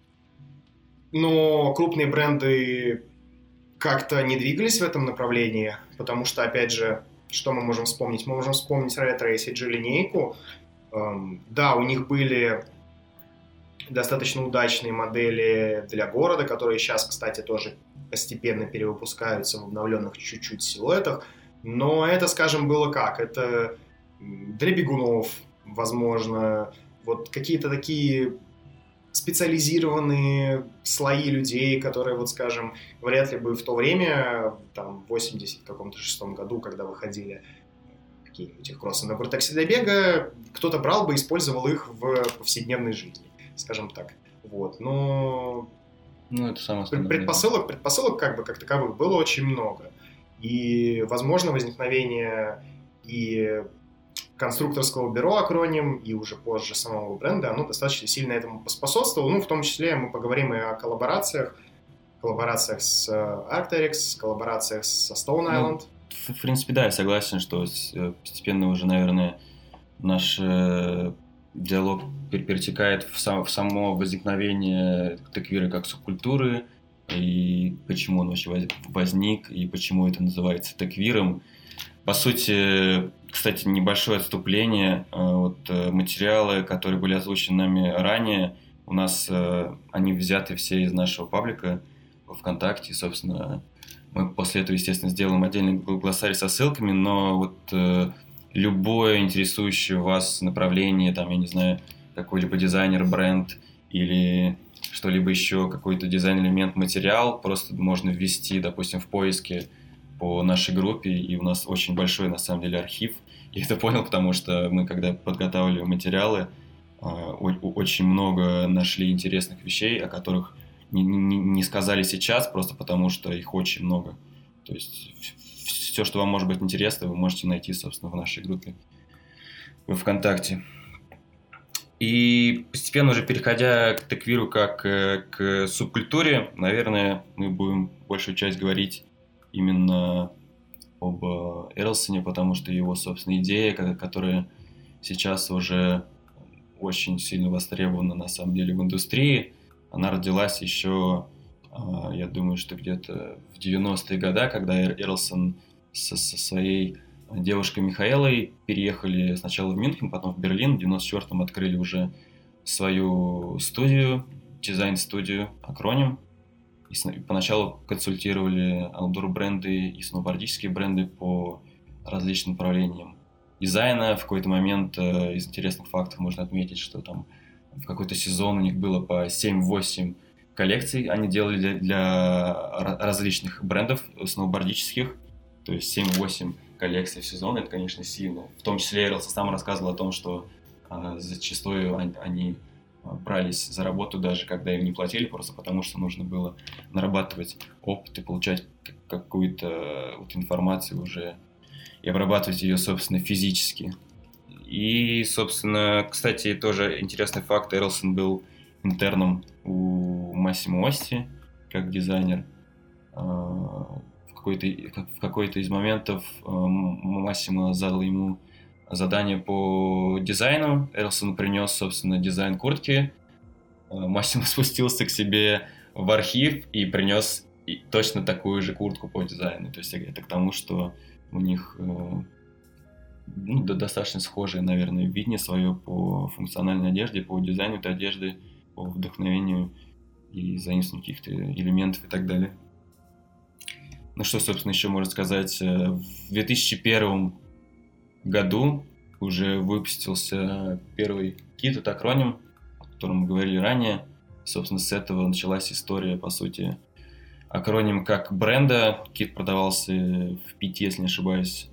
Но крупные бренды как-то не двигались в этом направлении, потому что, опять же, что мы можем вспомнить? Мы можем вспомнить Retro и си джи-линейку. Эм, да, у них были достаточно удачные модели для города, которые сейчас, кстати, тоже постепенно перевыпускаются в обновленных чуть-чуть силуэтах, но это, скажем, было как? Это для бегунов, возможно, вот какие-то такие специализированные слои людей, которые, вот скажем, вряд ли бы в то время, там, в восемьдесят каком-то шестом году, когда выходили какие-нибудь их кроссы на Gore-Tex для бега, кто-то брал бы и использовал их в повседневной жизни, скажем так. Вот, но ну, это самое основное. Предпосылок, предпосылок как бы как таковых было очень много. И, возможно, возникновение и конструкторского бюро акроним, и уже позже самого бренда, оно достаточно сильно этому поспособствовало. Ну, в том числе мы поговорим и о коллаборациях, коллаборациях с Arc'teryx, коллаборациях со Stone Island. Ну, в принципе, да, я согласен, что постепенно уже, наверное, наш диалог перетекает в, сам, в само возникновение теквира как субкультуры, и почему он вообще возник, и почему это называется теквиром. По сути, кстати, небольшое отступление. Вот материалы, которые были озвучены нами ранее, у нас они взяты все из нашего паблика во ВКонтакте. Собственно, мы после этого, естественно, сделаем отдельный глоссарий со ссылками, но вот любое интересующее вас направление, там, я не знаю, какой-либо дизайнер, бренд или что-либо еще, какой-то дизайн-элемент, материал, просто можно ввести, допустим, в поиске по нашей группе, и у нас очень большой, на самом деле, архив. Я это понял, потому что мы, когда подготавливали материалы, очень много нашли интересных вещей, о которых не, не, не сказали сейчас, просто потому что их очень много. То есть все, что вам может быть интересно, вы можете найти, собственно, в нашей группе в ВКонтакте. И постепенно уже переходя к теквиру как к субкультуре, наверное, мы будем большую часть говорить именно об Эрлсоне, потому что его, собственно, идея, которая сейчас уже очень сильно востребована, на самом деле, в индустрии, она родилась еще, я думаю, что где-то в девяностые годы, когда Эрлсон со, со своей девушкой Михаэлой переехали сначала в Мюнхен, потом в Берлин. В девяносто четвёртом открыли уже свою студию дизайн-студию Acronym. И поначалу консультировали аутдор-бренды и сноубордические бренды по различным направлениям дизайна. В какой-то момент э, из интересных фактов можно отметить, что там в какой-то сезон у них было по семь-восемь коллекций. Они делали для, для различных брендов сноубордических. То есть семь-восемь коллекций в сезон, это, конечно, сильно. В том числе Эрлсон сам рассказывал о том, что э, зачастую они, они брались за работу, даже когда им не платили, просто потому что нужно было нарабатывать опыт и получать какую-то вот информацию уже и обрабатывать ее, собственно, физически. И, собственно, кстати, тоже интересный факт, Эрлсон был интерном у Массимо Ости как дизайнер. В какой-то, в какой-то из моментов Массимо задал ему задание по дизайну. Эрлсон принес, собственно, дизайн куртки. Массимо спустился к себе в архив и принес точно такую же куртку по дизайну. То есть это к тому, что у них ну, достаточно схожее, наверное, видение свое по функциональной одежде, по дизайну этой одежды, по вдохновению и заимствованию каких-то элементов и так далее. Ну что, собственно, еще можно сказать? В две тысячи первом году уже выпустился первый кит от Acronym, о котором мы говорили ранее. Собственно, с этого началась история, по сути, Acronym как бренда. Кит продавался в пяти, если не ошибаюсь,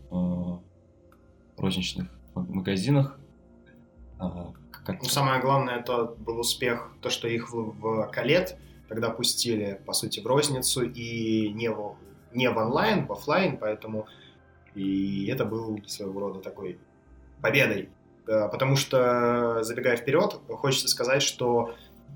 розничных магазинах. Как... Ну, самое главное, это был успех, то, что их в, в Калет тогда пустили, по сути, в розницу и не в, не в онлайн, в офлайн, поэтому и это был своего рода такой победой. Потому что, забегая вперед, хочется сказать, что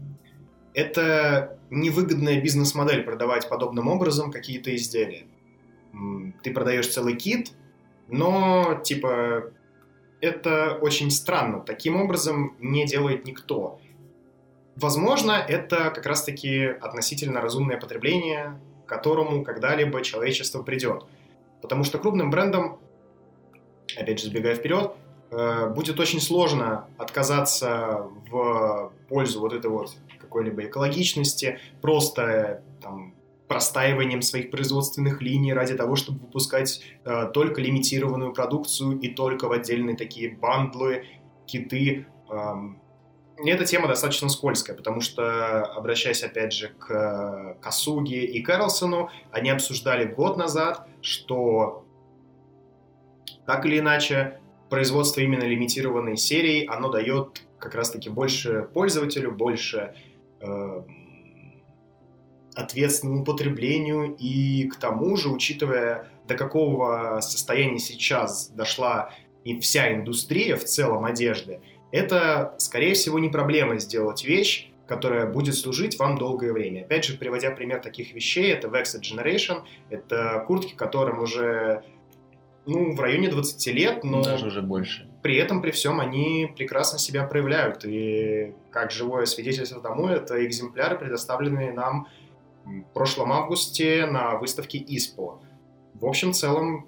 это невыгодная бизнес-модель продавать подобным образом какие-то изделия. Ты продаешь целый кит, но, типа, это очень странно. Таким образом не делает никто. Возможно, это как раз-таки относительно разумное потребление, к которому когда-либо человечество придет. Потому что крупным брендам, опять же, забегая вперед, будет очень сложно отказаться в пользу вот этой вот какой-либо экологичности, просто там, простаиванием своих производственных линий ради того, чтобы выпускать э, только лимитированную продукцию и только в отдельные такие бандлы, киты. Эм, и эта тема достаточно скользкая, потому что, обращаясь опять же к Касуги и Карлсону, они обсуждали год назад, что так или иначе производство именно лимитированной серии, оно дает как раз-таки больше пользователю, больше э, ответственному потреблению, и к тому же, учитывая, до какого состояния сейчас дошла и вся индустрия в целом одежды, это, скорее всего, не проблема сделать вещь, которая будет служить вам долгое время. Опять же, приводя пример таких вещей, это Vexed Generation, это куртки, которым уже ну, в районе двадцати лет, но даже уже больше. При этом, при всем, они прекрасно себя проявляют. И как живое свидетельство тому, это экземпляры, предоставленные нам в прошлом августе на выставке ИСПО. В общем, в целом,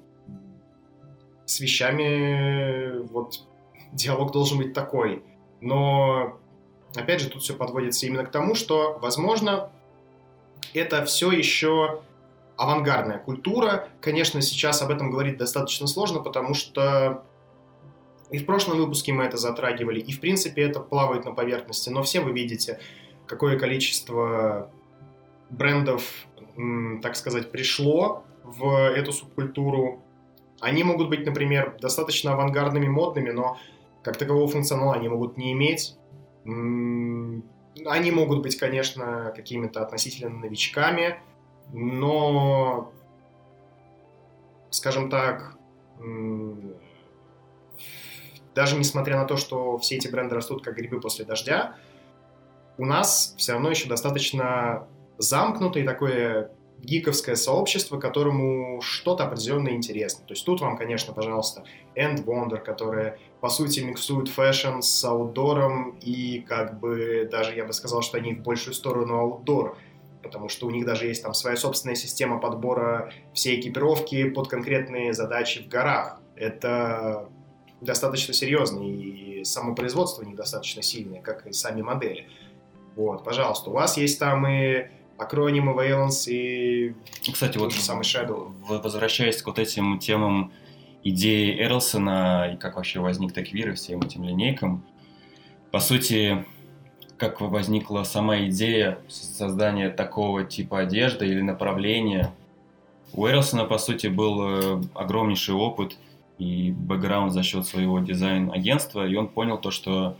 с вещами вот диалог должен быть такой. Но, опять же, тут все подводится именно к тому, что, возможно, это все еще авангардная культура. Конечно, сейчас об этом говорить достаточно сложно, потому что и в прошлом выпуске мы это затрагивали, и, в принципе, это плавает на поверхности. Но все вы видите, какое количество брендов, так сказать, пришло в эту субкультуру. Они могут быть, например, достаточно авангардными, модными, но как такового функционала они могут не иметь. Они могут быть, конечно, какими-то относительно новичками, но, скажем так, даже несмотря на то, что все эти бренды растут как грибы после дождя, у нас все равно еще достаточно замкнутое такое гиковское сообщество, которому что-то определенно интересно. То есть тут вам, конечно, пожалуйста, End Wonder, которые, по сути, миксуют фэшн с аутдором, и как бы даже я бы сказал, что они в большую сторону аутдор, потому что у них даже есть там своя собственная система подбора всей экипировки под конкретные задачи в горах. Это достаточно серьезно, и само производство у них достаточно сильное, как и сами модели. Вот, пожалуйста, у вас есть там и акронимы Valence, и Кстати, вот же самый Shadow. Возвращаясь к вот этим темам идеи Эрлсона и как вообще возник теквир и всем этим линейкам, по сути, как возникла сама идея создания такого типа одежды или направления. У Эрлсона, по сути, был огромнейший опыт и бэкграунд за счет своего дизайн-агентства, и он понял то, что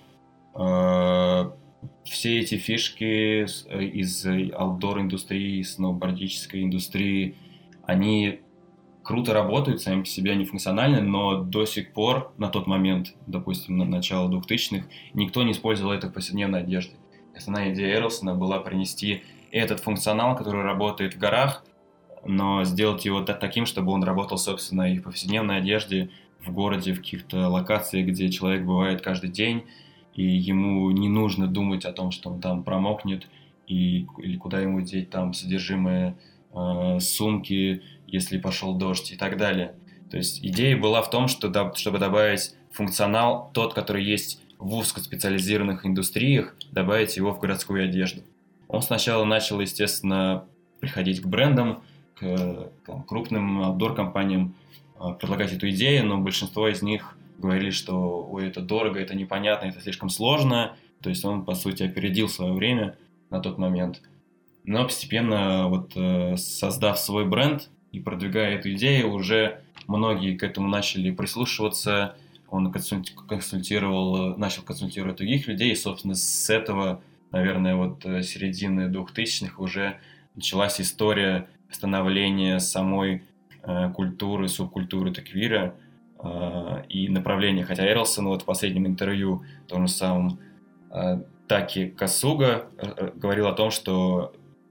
э, все эти фишки из аутдор-индустрии, сноубордической индустрии, они круто работают, сами по себе они функциональны, но до сих пор, на тот момент, допустим, на начало двухтысячных, никто не использовал это в повседневной одежде. Основная идея Эрлсона была принести этот функционал, который работает в горах, но сделать его таким, чтобы он работал, собственно, и в повседневной одежде, в городе, в каких-то локациях, где человек бывает каждый день, и ему не нужно думать о том, что он там промокнет, и, или куда ему деть там содержимое э, сумки, если пошел дождь и так далее. То есть идея была в том, что, чтобы добавить функционал, тот, который есть в узкоспециализированных индустриях, добавить его в городскую одежду. Он сначала начал, естественно, приходить к брендам, к там, крупным аутдор-компаниям, предлагать эту идею, но большинство из них говорили, что ой, это дорого, это непонятно, это слишком сложно. То есть он, по сути, опередил свое время на тот момент. Но постепенно, вот, создав свой бренд и продвигая эту идею, уже многие к этому начали прислушиваться. Он консультировал, начал консультировать других людей, и, собственно, с этого, наверное, вот середины двухтысячных уже началась история становления самой э, культуры, субкультуры теквира э, и направления. Хотя Эрлсон вот в последнем интервью том же самом э, Таки Касуга э, говорил о том, что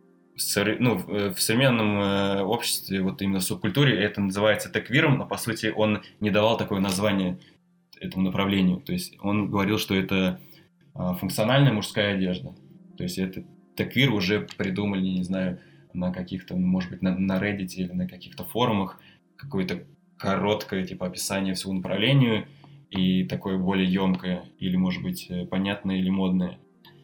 ну, в современном э, обществе, вот именно в субкультуре, это называется теквиром, но по сути он не давал такое название этому направлению. То есть он говорил, что это э, функциональная мужская одежда. То есть это теквир уже придумали, не знаю, на каких-то, может быть, на, на Reddit или на каких-то форумах, какое-то короткое типа описание всего направлению и такое более емкое или, может быть, понятное или модное.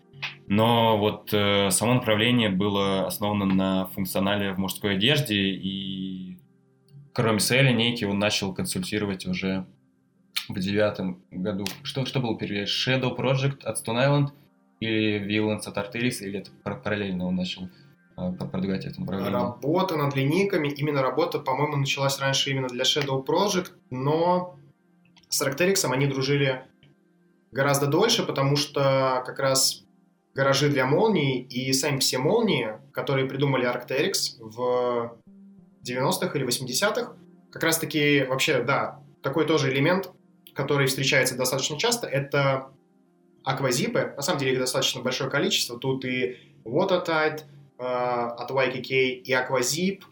Но вот э, само направление было основано на функционале в мужской одежде, и кроме своей линейки он начал консультировать уже в девятом году. Что, что был первее? Shadow Project от Stone Island или Valence от Arc'teryx, или это параллельно он начал э, продвигать это направление? Работа над линейками, именно работа, по-моему, началась раньше именно для Shadow Project, но с Arc'teryx они дружили гораздо дольше, потому что как раз гаражи для молний и сами все молнии, которые придумали Arc'teryx в девяностых или восьмидесятых, как раз-таки вообще, да, такой тоже элемент, который встречается достаточно часто, это аквазипы. На самом деле их достаточно большое количество. Тут и Watertight э, от уай кей кей, и аквазип,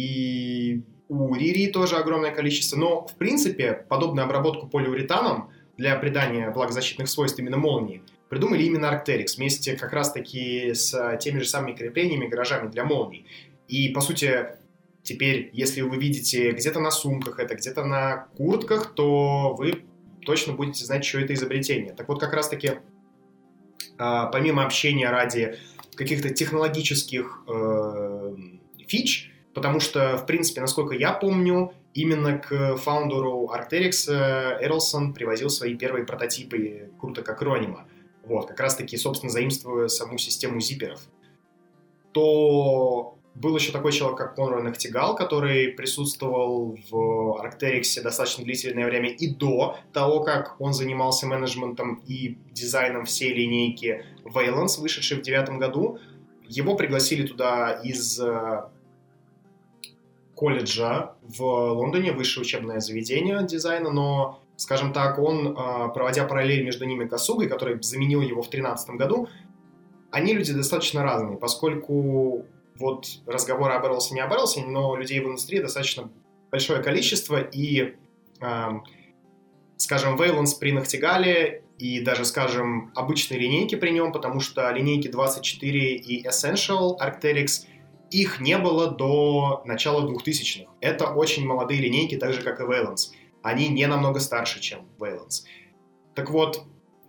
и у Riri тоже огромное количество. Но, в принципе, подобную обработку полиуретаном для придания влагозащитных свойств именно молнии придумали именно Arc'teryx вместе как раз-таки с теми же самыми креплениями, гаражами для молний. И, по сути, теперь, если вы видите где-то на сумках это, где-то на куртках, то вы точно будете знать, что это изобретение. Так вот, как раз-таки, помимо общения ради каких-то технологических э, фич, потому что, в принципе, насколько я помню, именно к фаундеру Arc'teryx Эрлсон привозил свои первые прототипы круток акронима. Вот, как раз-таки, собственно, заимствуя саму систему зиперов. То был еще такой человек, как Конрад Нахтигал, который присутствовал в Arc'teryx достаточно длительное время и до того, как он занимался менеджментом и дизайном всей линейки Valence, вышедшей в девятом году. Его пригласили туда из колледжа в Лондоне, высшее учебное заведение дизайна, но, скажем так, он, проводя параллель между ними Касугой, который заменил его в две тысячи тринадцатом году, они люди достаточно разные, поскольку вот разговоры об Эрлсоне не об Эрлсоне, но людей в индустрии достаточно большое количество, и, э, скажем, Valence при Нахтигале и даже, скажем, обычные линейки при нем, потому что линейки двадцать четыре и Essential Arc'teryx, их не было до начала двухтысячных. Это очень молодые линейки, так же, как и Valence. Они не намного старше, чем Valence. Так вот,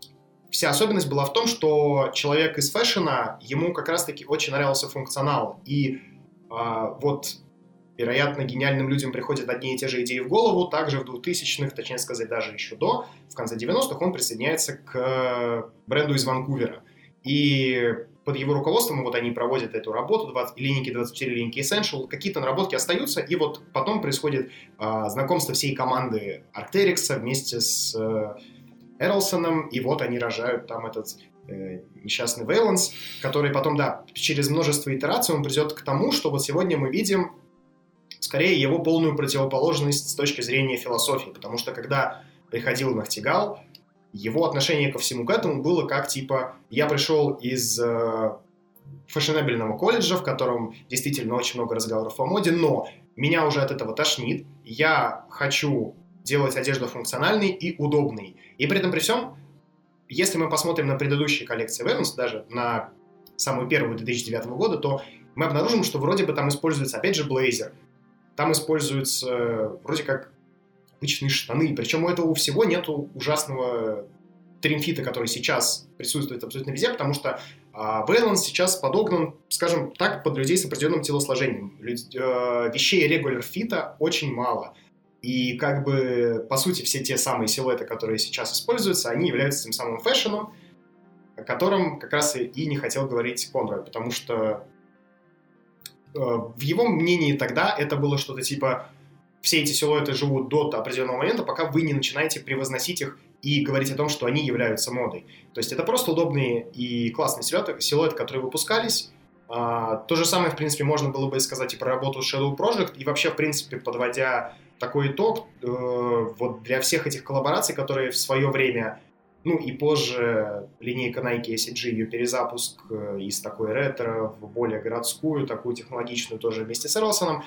вся особенность была в том, что человек из фэшена, ему как раз-таки очень нравился функционал. И а, вот, вероятно, гениальным людям приходят одни и те же идеи в голову. Также в двухтысячных, точнее сказать, даже еще до, в конце девяностых, он присоединяется к бренду из Ванкувера. И под его руководством вот они проводят эту работу, двадцать, линейки двадцать четыре, линейки Essential, какие-то наработки остаются, и вот потом происходит а, знакомство всей команды Arc'teryx вместе с а, Эрлсоном, и вот они рожают там этот э, несчастный Valence, который потом, да, через множество итераций он придет к тому, что вот сегодня мы видим скорее его полную противоположность с точки зрения философии, потому что когда приходил Нахтигал, его отношение ко всему к этому было как, типа, я пришел из э, фэшенебельного колледжа, в котором действительно очень много разговоров о моде, но меня уже от этого тошнит, я хочу делать одежду функциональной и удобной. И при этом при всем, если мы посмотрим на предыдущие коллекции Valence, даже на самую первую две тысячи девятого года, то мы обнаружим, что вроде бы там используется, опять же, блейзер, там используются вроде как обычные штаны, причем у этого всего нету ужасного тримфита, который сейчас присутствует абсолютно везде, потому что а, Valence сейчас подогнан, скажем так, под людей с определенным телосложением. Люд, э, вещей регуляр фита очень мало. И как бы, по сути, все те самые силуэты, которые сейчас используются, они являются тем самым фэшеном, о котором как раз и не хотел говорить Конрад, потому что э, в его мнении тогда это было что-то типа все эти силуэты живут до определенного момента, пока вы не начинаете превозносить их и говорить о том, что они являются модой. То есть это просто удобные и классные силуэты, силуэты которые выпускались. А, то же самое, в принципе, можно было бы сказать и про работу Shadow Project, и вообще, в принципе, подводя такой итог, э, вот для всех этих коллабораций, которые в свое время, ну и позже линейка Nike эс си джи, ее перезапуск э, из такой ретро в более городскую, такую технологичную, тоже вместе с Эрлсоном,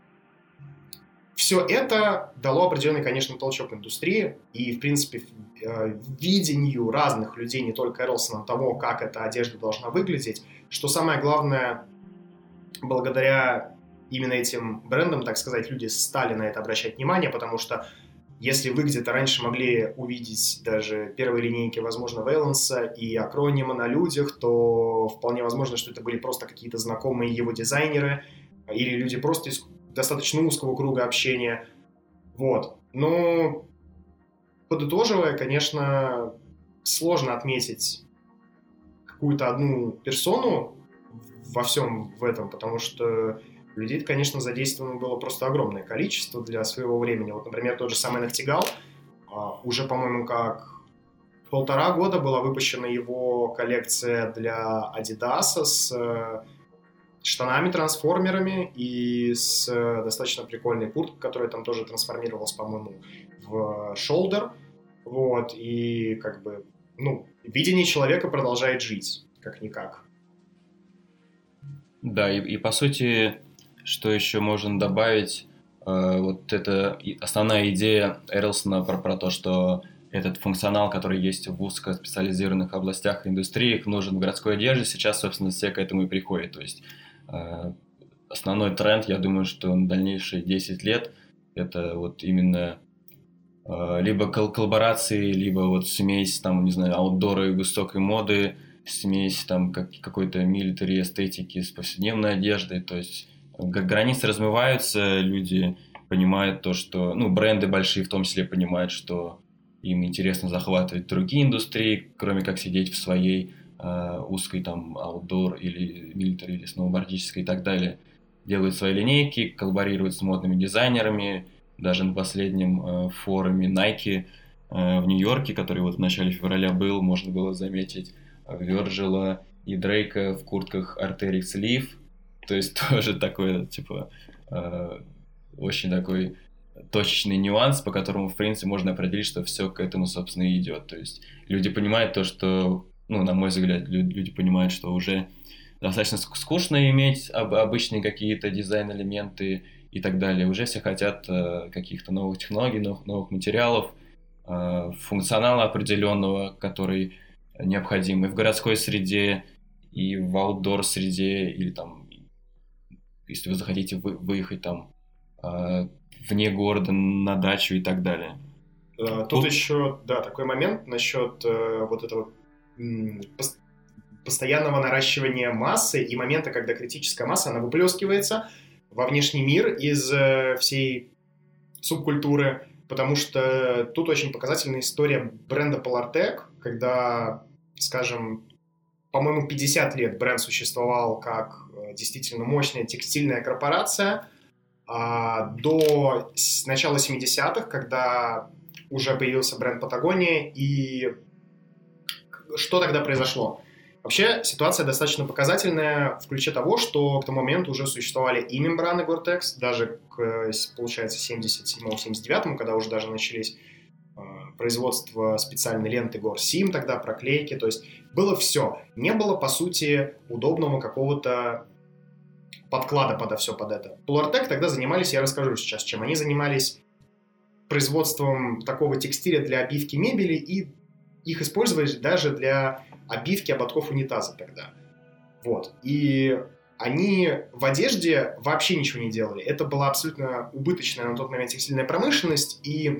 все это дало определенный, конечно, толчок индустрии и, в принципе, э, видению разных людей, не только Эрлсона, того, как эта одежда должна выглядеть, что самое главное, благодаря именно этим брендам, так сказать, люди стали на это обращать внимание, потому что если вы где-то раньше могли увидеть даже первые линейки, возможно, Valence и акронима на людях, то вполне возможно, что это были просто какие-то знакомые его дизайнеры или люди просто из достаточно узкого круга общения. Вот. Но, подытоживая, конечно, сложно отметить какую-то одну персону во всем в этом, потому что людей, конечно, задействовано было просто огромное количество для своего времени. Вот, например, тот же самый Нахтигал, уже, по-моему, как полтора года была выпущена его коллекция для Adidas с штанами-трансформерами и с достаточно прикольной курткой, которая там тоже трансформировалась, по-моему, в шолдер. Вот, и как бы, ну, видение человека продолжает жить, как-никак. Да, и, и по сути, что еще можно добавить, э, вот это основная идея Эрлсона про, про то, что этот функционал, который есть в узкоспециализированных областях индустрии, нужен в городской одежде, сейчас, собственно, все к этому и приходят. То есть э, основной тренд, я думаю, что на дальнейшие десять лет это вот именно э, либо кол- коллаборации, либо вот смесь, там, не знаю, аутдора и высокой моды, смесь там как, какой-то милитари эстетики с повседневной одеждой. То есть границы размываются, люди понимают то, что, ну, бренды большие в том числе понимают, что им интересно захватывать другие индустрии, кроме как сидеть в своей э, узкой там аутдор или милитари или сноубордической и так далее. Делают свои линейки, коллаборируют с модными дизайнерами. Даже на последнем э, форуме Nike э, в Нью-Йорке, который вот в начале февраля был, можно было заметить Вёрджила и Дрейка в куртках Arc'teryx Leaf. То есть тоже такой, типа, э, очень такой точечный нюанс, по которому, в принципе, можно определить, что все к этому, собственно, и идет. То есть люди понимают то, что, ну, на мой взгляд, люди понимают, что уже достаточно скучно иметь обычные какие-то дизайн-элементы и так далее. Уже все хотят э, каких-то новых технологий, новых, новых материалов, э, функционала определенного, который необходим и в городской среде, и в аутдор-среде, или там, если вы захотите вы, выехать там э, вне города на дачу и так далее. Тут, Тут еще, да, такой момент насчет э, вот этого постоянного наращивания массы и момента, когда критическая масса, она выплескивается во внешний мир из всей субкультуры, потому что тут очень показательная история бренда Polartec, когда, скажем, по-моему, пятьдесят лет бренд существовал как действительно мощная текстильная корпорация, а до начала семидесятых, когда уже появился бренд Патагония, и что тогда произошло? Вообще ситуация достаточно показательная в ключе того, что к тому моменту уже существовали и мембраны Gore-Tex, даже к, получается, семьдесят седьмому — семьдесят девятому, когда уже даже начались э, производство специальной ленты Gore-Sim, тогда проклейки, то есть было все. Не было, по сути, удобного какого-то подклада подо все под это. Polartec тогда занимались, я расскажу сейчас, чем. Они занимались производством такого текстиля для обивки мебели, и их использовали даже для обивки ободков унитаза тогда. Вот. И они в одежде вообще ничего не делали. Это была абсолютно убыточная на тот момент текстильная промышленность, и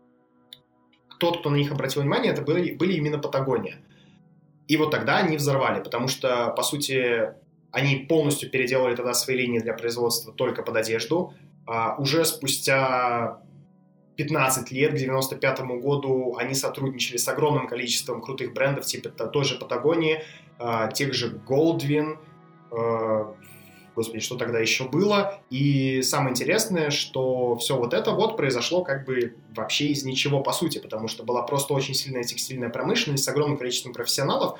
тот, кто на них обратил внимание, это были, были именно Патагония. И вот тогда они взорвали, потому что, по сути, они полностью переделали тогда свои линии для производства только под одежду. А уже спустя пятнадцать лет, к девяносто пятому году, они сотрудничали с огромным количеством крутых брендов, типа той же Патагонии, тех же Goldwyn, господи, что тогда еще было. И самое интересное, что все вот это вот произошло как бы вообще из ничего, по сути, потому что была просто очень сильная текстильная промышленность с огромным количеством профессионалов,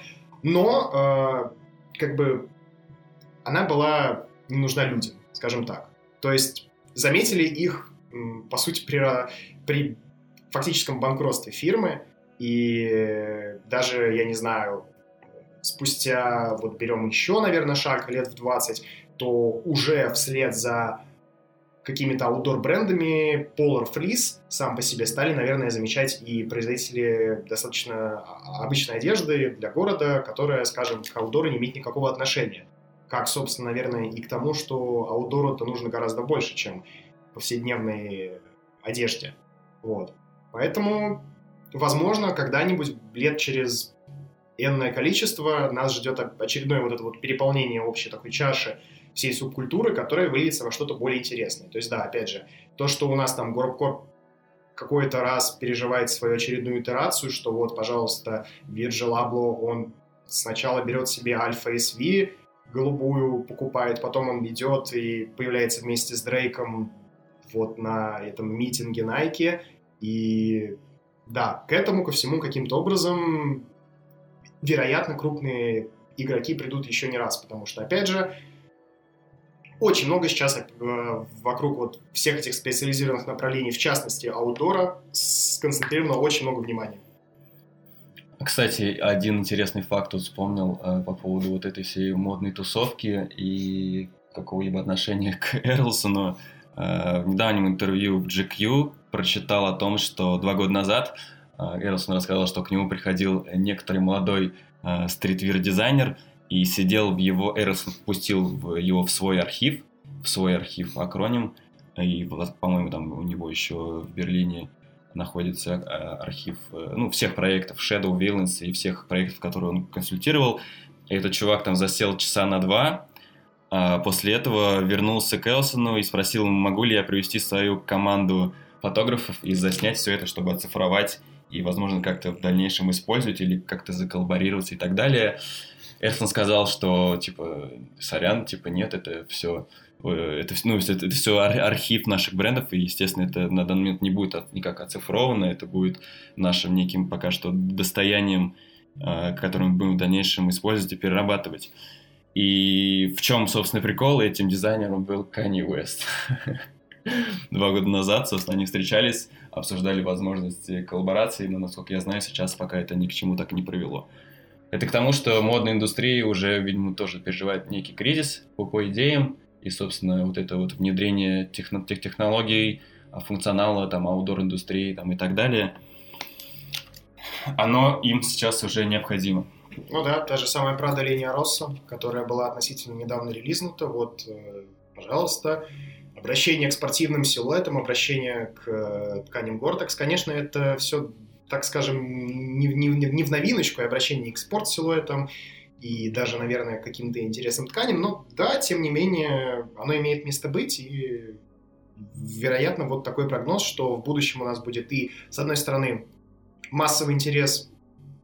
но как бы она была не нужна людям, скажем так. То есть заметили их, по сути, при, при фактическом банкротстве фирмы, и даже, я не знаю, спустя, вот берем еще, наверное, шаг лет в двадцать, то уже вслед за какими-то аутдор-брендами Polar Fleece сам по себе стали, наверное, замечать и производители достаточно обычной одежды для города, которая, скажем, к аутдору не имеет никакого отношения. Как, собственно, наверное, и к тому, что аутдору-то нужно гораздо больше, чем повседневной одежде. Вот. Поэтому, возможно, когда-нибудь лет через энное количество нас ждет очередное вот это вот переполнение общей такой чаши всей субкультуры, которая выльется во что-то более интересное. То есть, да, опять же, то, что у нас там Gorp какой-то раз переживает свою очередную итерацию, что вот, пожалуйста, Virgil Abloh, он сначала берет себе Alpha эс ви голубую, покупает, потом он идет и появляется вместе с Дрейком вот на этом митинге Nike, и да, к этому, ко всему каким-то образом, вероятно, крупные игроки придут еще не раз, потому что, опять же, очень много сейчас э, вокруг вот всех этих специализированных направлений, в частности, аутдора, сконцентрировано очень много внимания. Кстати, один интересный факт тут вспомнил э, по поводу вот этой всей модной тусовки и какого-либо отношения к Эрлсону. В недавнем интервью в джи кью прочитал о том, что два года назад Эрлсон рассказал, что к нему приходил некоторый молодой стритвир-дизайнер и сидел в его... Эрлсон впустил его в свой архив, в свой архив акроним, и, по-моему, там у него еще в Берлине находится архив, ну, всех проектов Shadow, Valence и всех проектов, которые он консультировал. И этот чувак там засел часа на два. А после этого вернулся к Элсону и спросил, могу ли я привести свою команду фотографов и заснять все это, чтобы оцифровать и, возможно, как-то в дальнейшем использовать или как-то заколлаборироваться и так далее. Элсон сказал, что, типа, сорян, типа, нет, это все, это, ну, это, это все архив наших брендов, и, естественно, это на данный момент не будет никак оцифровано, это будет нашим неким пока что достоянием, которое мы будем в дальнейшем использовать и перерабатывать. И в чем, собственно, прикол? Этим дизайнером был Kanye West. Два года назад, собственно, они встречались, обсуждали возможности коллаборации, но, насколько я знаю, сейчас пока это ни к чему так и не привело. Это к тому, что модная индустрия уже, видимо, тоже переживает некий кризис по, по идеям, и, собственно, вот это вот внедрение техно- тех технологий, функционала, там, аутдор-индустрии там, и так далее, оно им сейчас уже необходимо. Ну да, та же самая Prada линия Росса, которая была относительно недавно релизнута. Вот, пожалуйста, обращение к спортивным силуэтам, обращение к тканям Gore-Tex. Конечно, это все так скажем, не, не, не в новиночку, а обращение к спорт-силуэтам и даже, наверное, к каким-то интересным тканям, но да, тем не менее, оно имеет место быть, и, вероятно, вот такой прогноз, что в будущем у нас будет и, с одной стороны, массовый интерес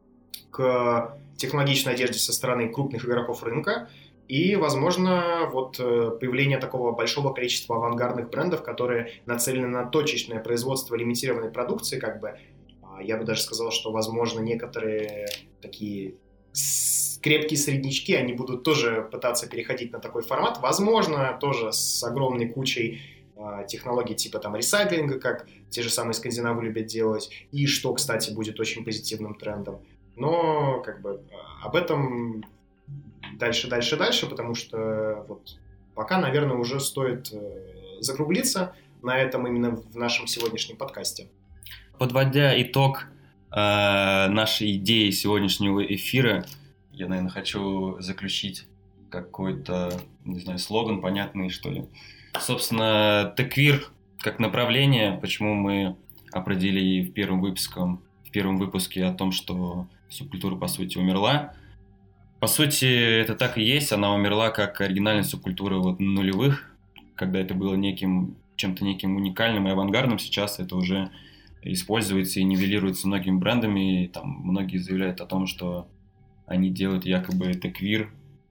к технологичной одежде со стороны крупных игроков рынка, и, возможно, вот появление такого большого количества авангардных брендов, которые нацелены на точечное производство лимитированной продукции, как бы, я бы даже сказал, что, возможно, некоторые такие крепкие среднячки, они будут тоже пытаться переходить на такой формат, возможно, тоже с огромной кучей технологий типа там ресайклинга, как те же самые скандинавы любят делать, и что, кстати, будет очень позитивным трендом. Но, как бы, об этом дальше, дальше, дальше, потому что вот пока, наверное, уже стоит закруглиться на этом именно в нашем сегодняшнем подкасте. Подводя итог э, нашей идеи сегодняшнего эфира, я, наверное, хочу заключить какой-то, не знаю, слоган понятный, что ли. Собственно, теквир как направление, почему мы определили в первом выпуске, в первом выпуске о том, что субкультура, по сути, умерла. По сути, это так и есть. Она умерла как оригинальная субкультура вот нулевых, когда это было неким, чем-то неким уникальным и авангардным. Сейчас это уже используется и нивелируется многими брендами. И там многие заявляют о том, что они делают якобы теквир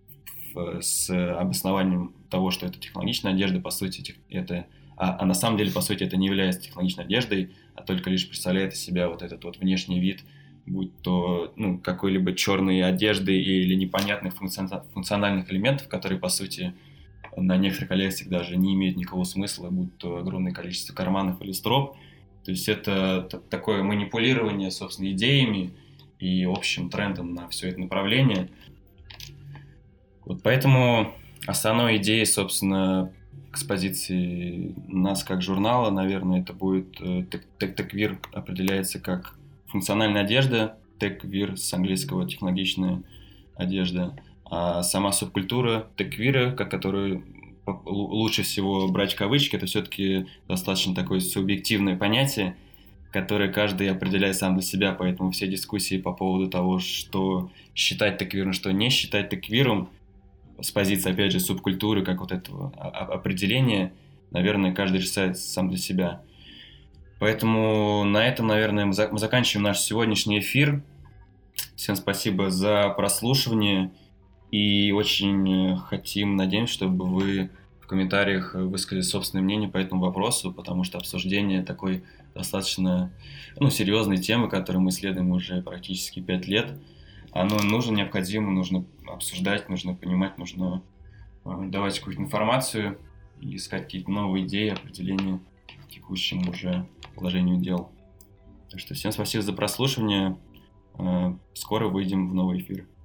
с обоснованием того, что это технологичная одежда. По сути, это... А, а на самом деле, по сути, это не является технологичной одеждой, а только лишь представляет из себя вот этот вот внешний вид, будь то ну, какой-либо черной одежды или непонятных функциональных элементов, которые, по сути, на некоторых коллекциях даже не имеют никакого смысла, будь то огромное количество карманов или строп. То есть это такое манипулирование, собственно, идеями и общим трендом на все это направление. Вот поэтому основной идеей, собственно, с позиции нас как журнала, наверное, это будет теквир определяется как функциональная одежда, теквир с английского технологичная одежда, а сама субкультура теквира, как которую лучше всего брать в кавычки, это все-таки достаточно такое субъективное понятие, которое каждый определяет сам для себя, поэтому все дискуссии по поводу того, что считать теквиром, что не считать теквиром, с позиции, опять же, субкультуры, как вот этого определения, наверное, каждый решает сам для себя. Поэтому на этом, наверное, мы заканчиваем наш сегодняшний эфир. Всем спасибо за прослушивание. И очень хотим, надеемся, чтобы вы в комментариях высказали собственное мнение по этому вопросу, потому что обсуждение такой достаточно ну, серьезной темы, которую мы исследуем уже практически пять лет, оно нужно, необходимо, нужно обсуждать, нужно понимать, нужно давать какую-то информацию и искать какие-то новые идеи, определения к текущему уже положению дел. Так что всем спасибо за прослушивание. Скоро выйдем в новый эфир.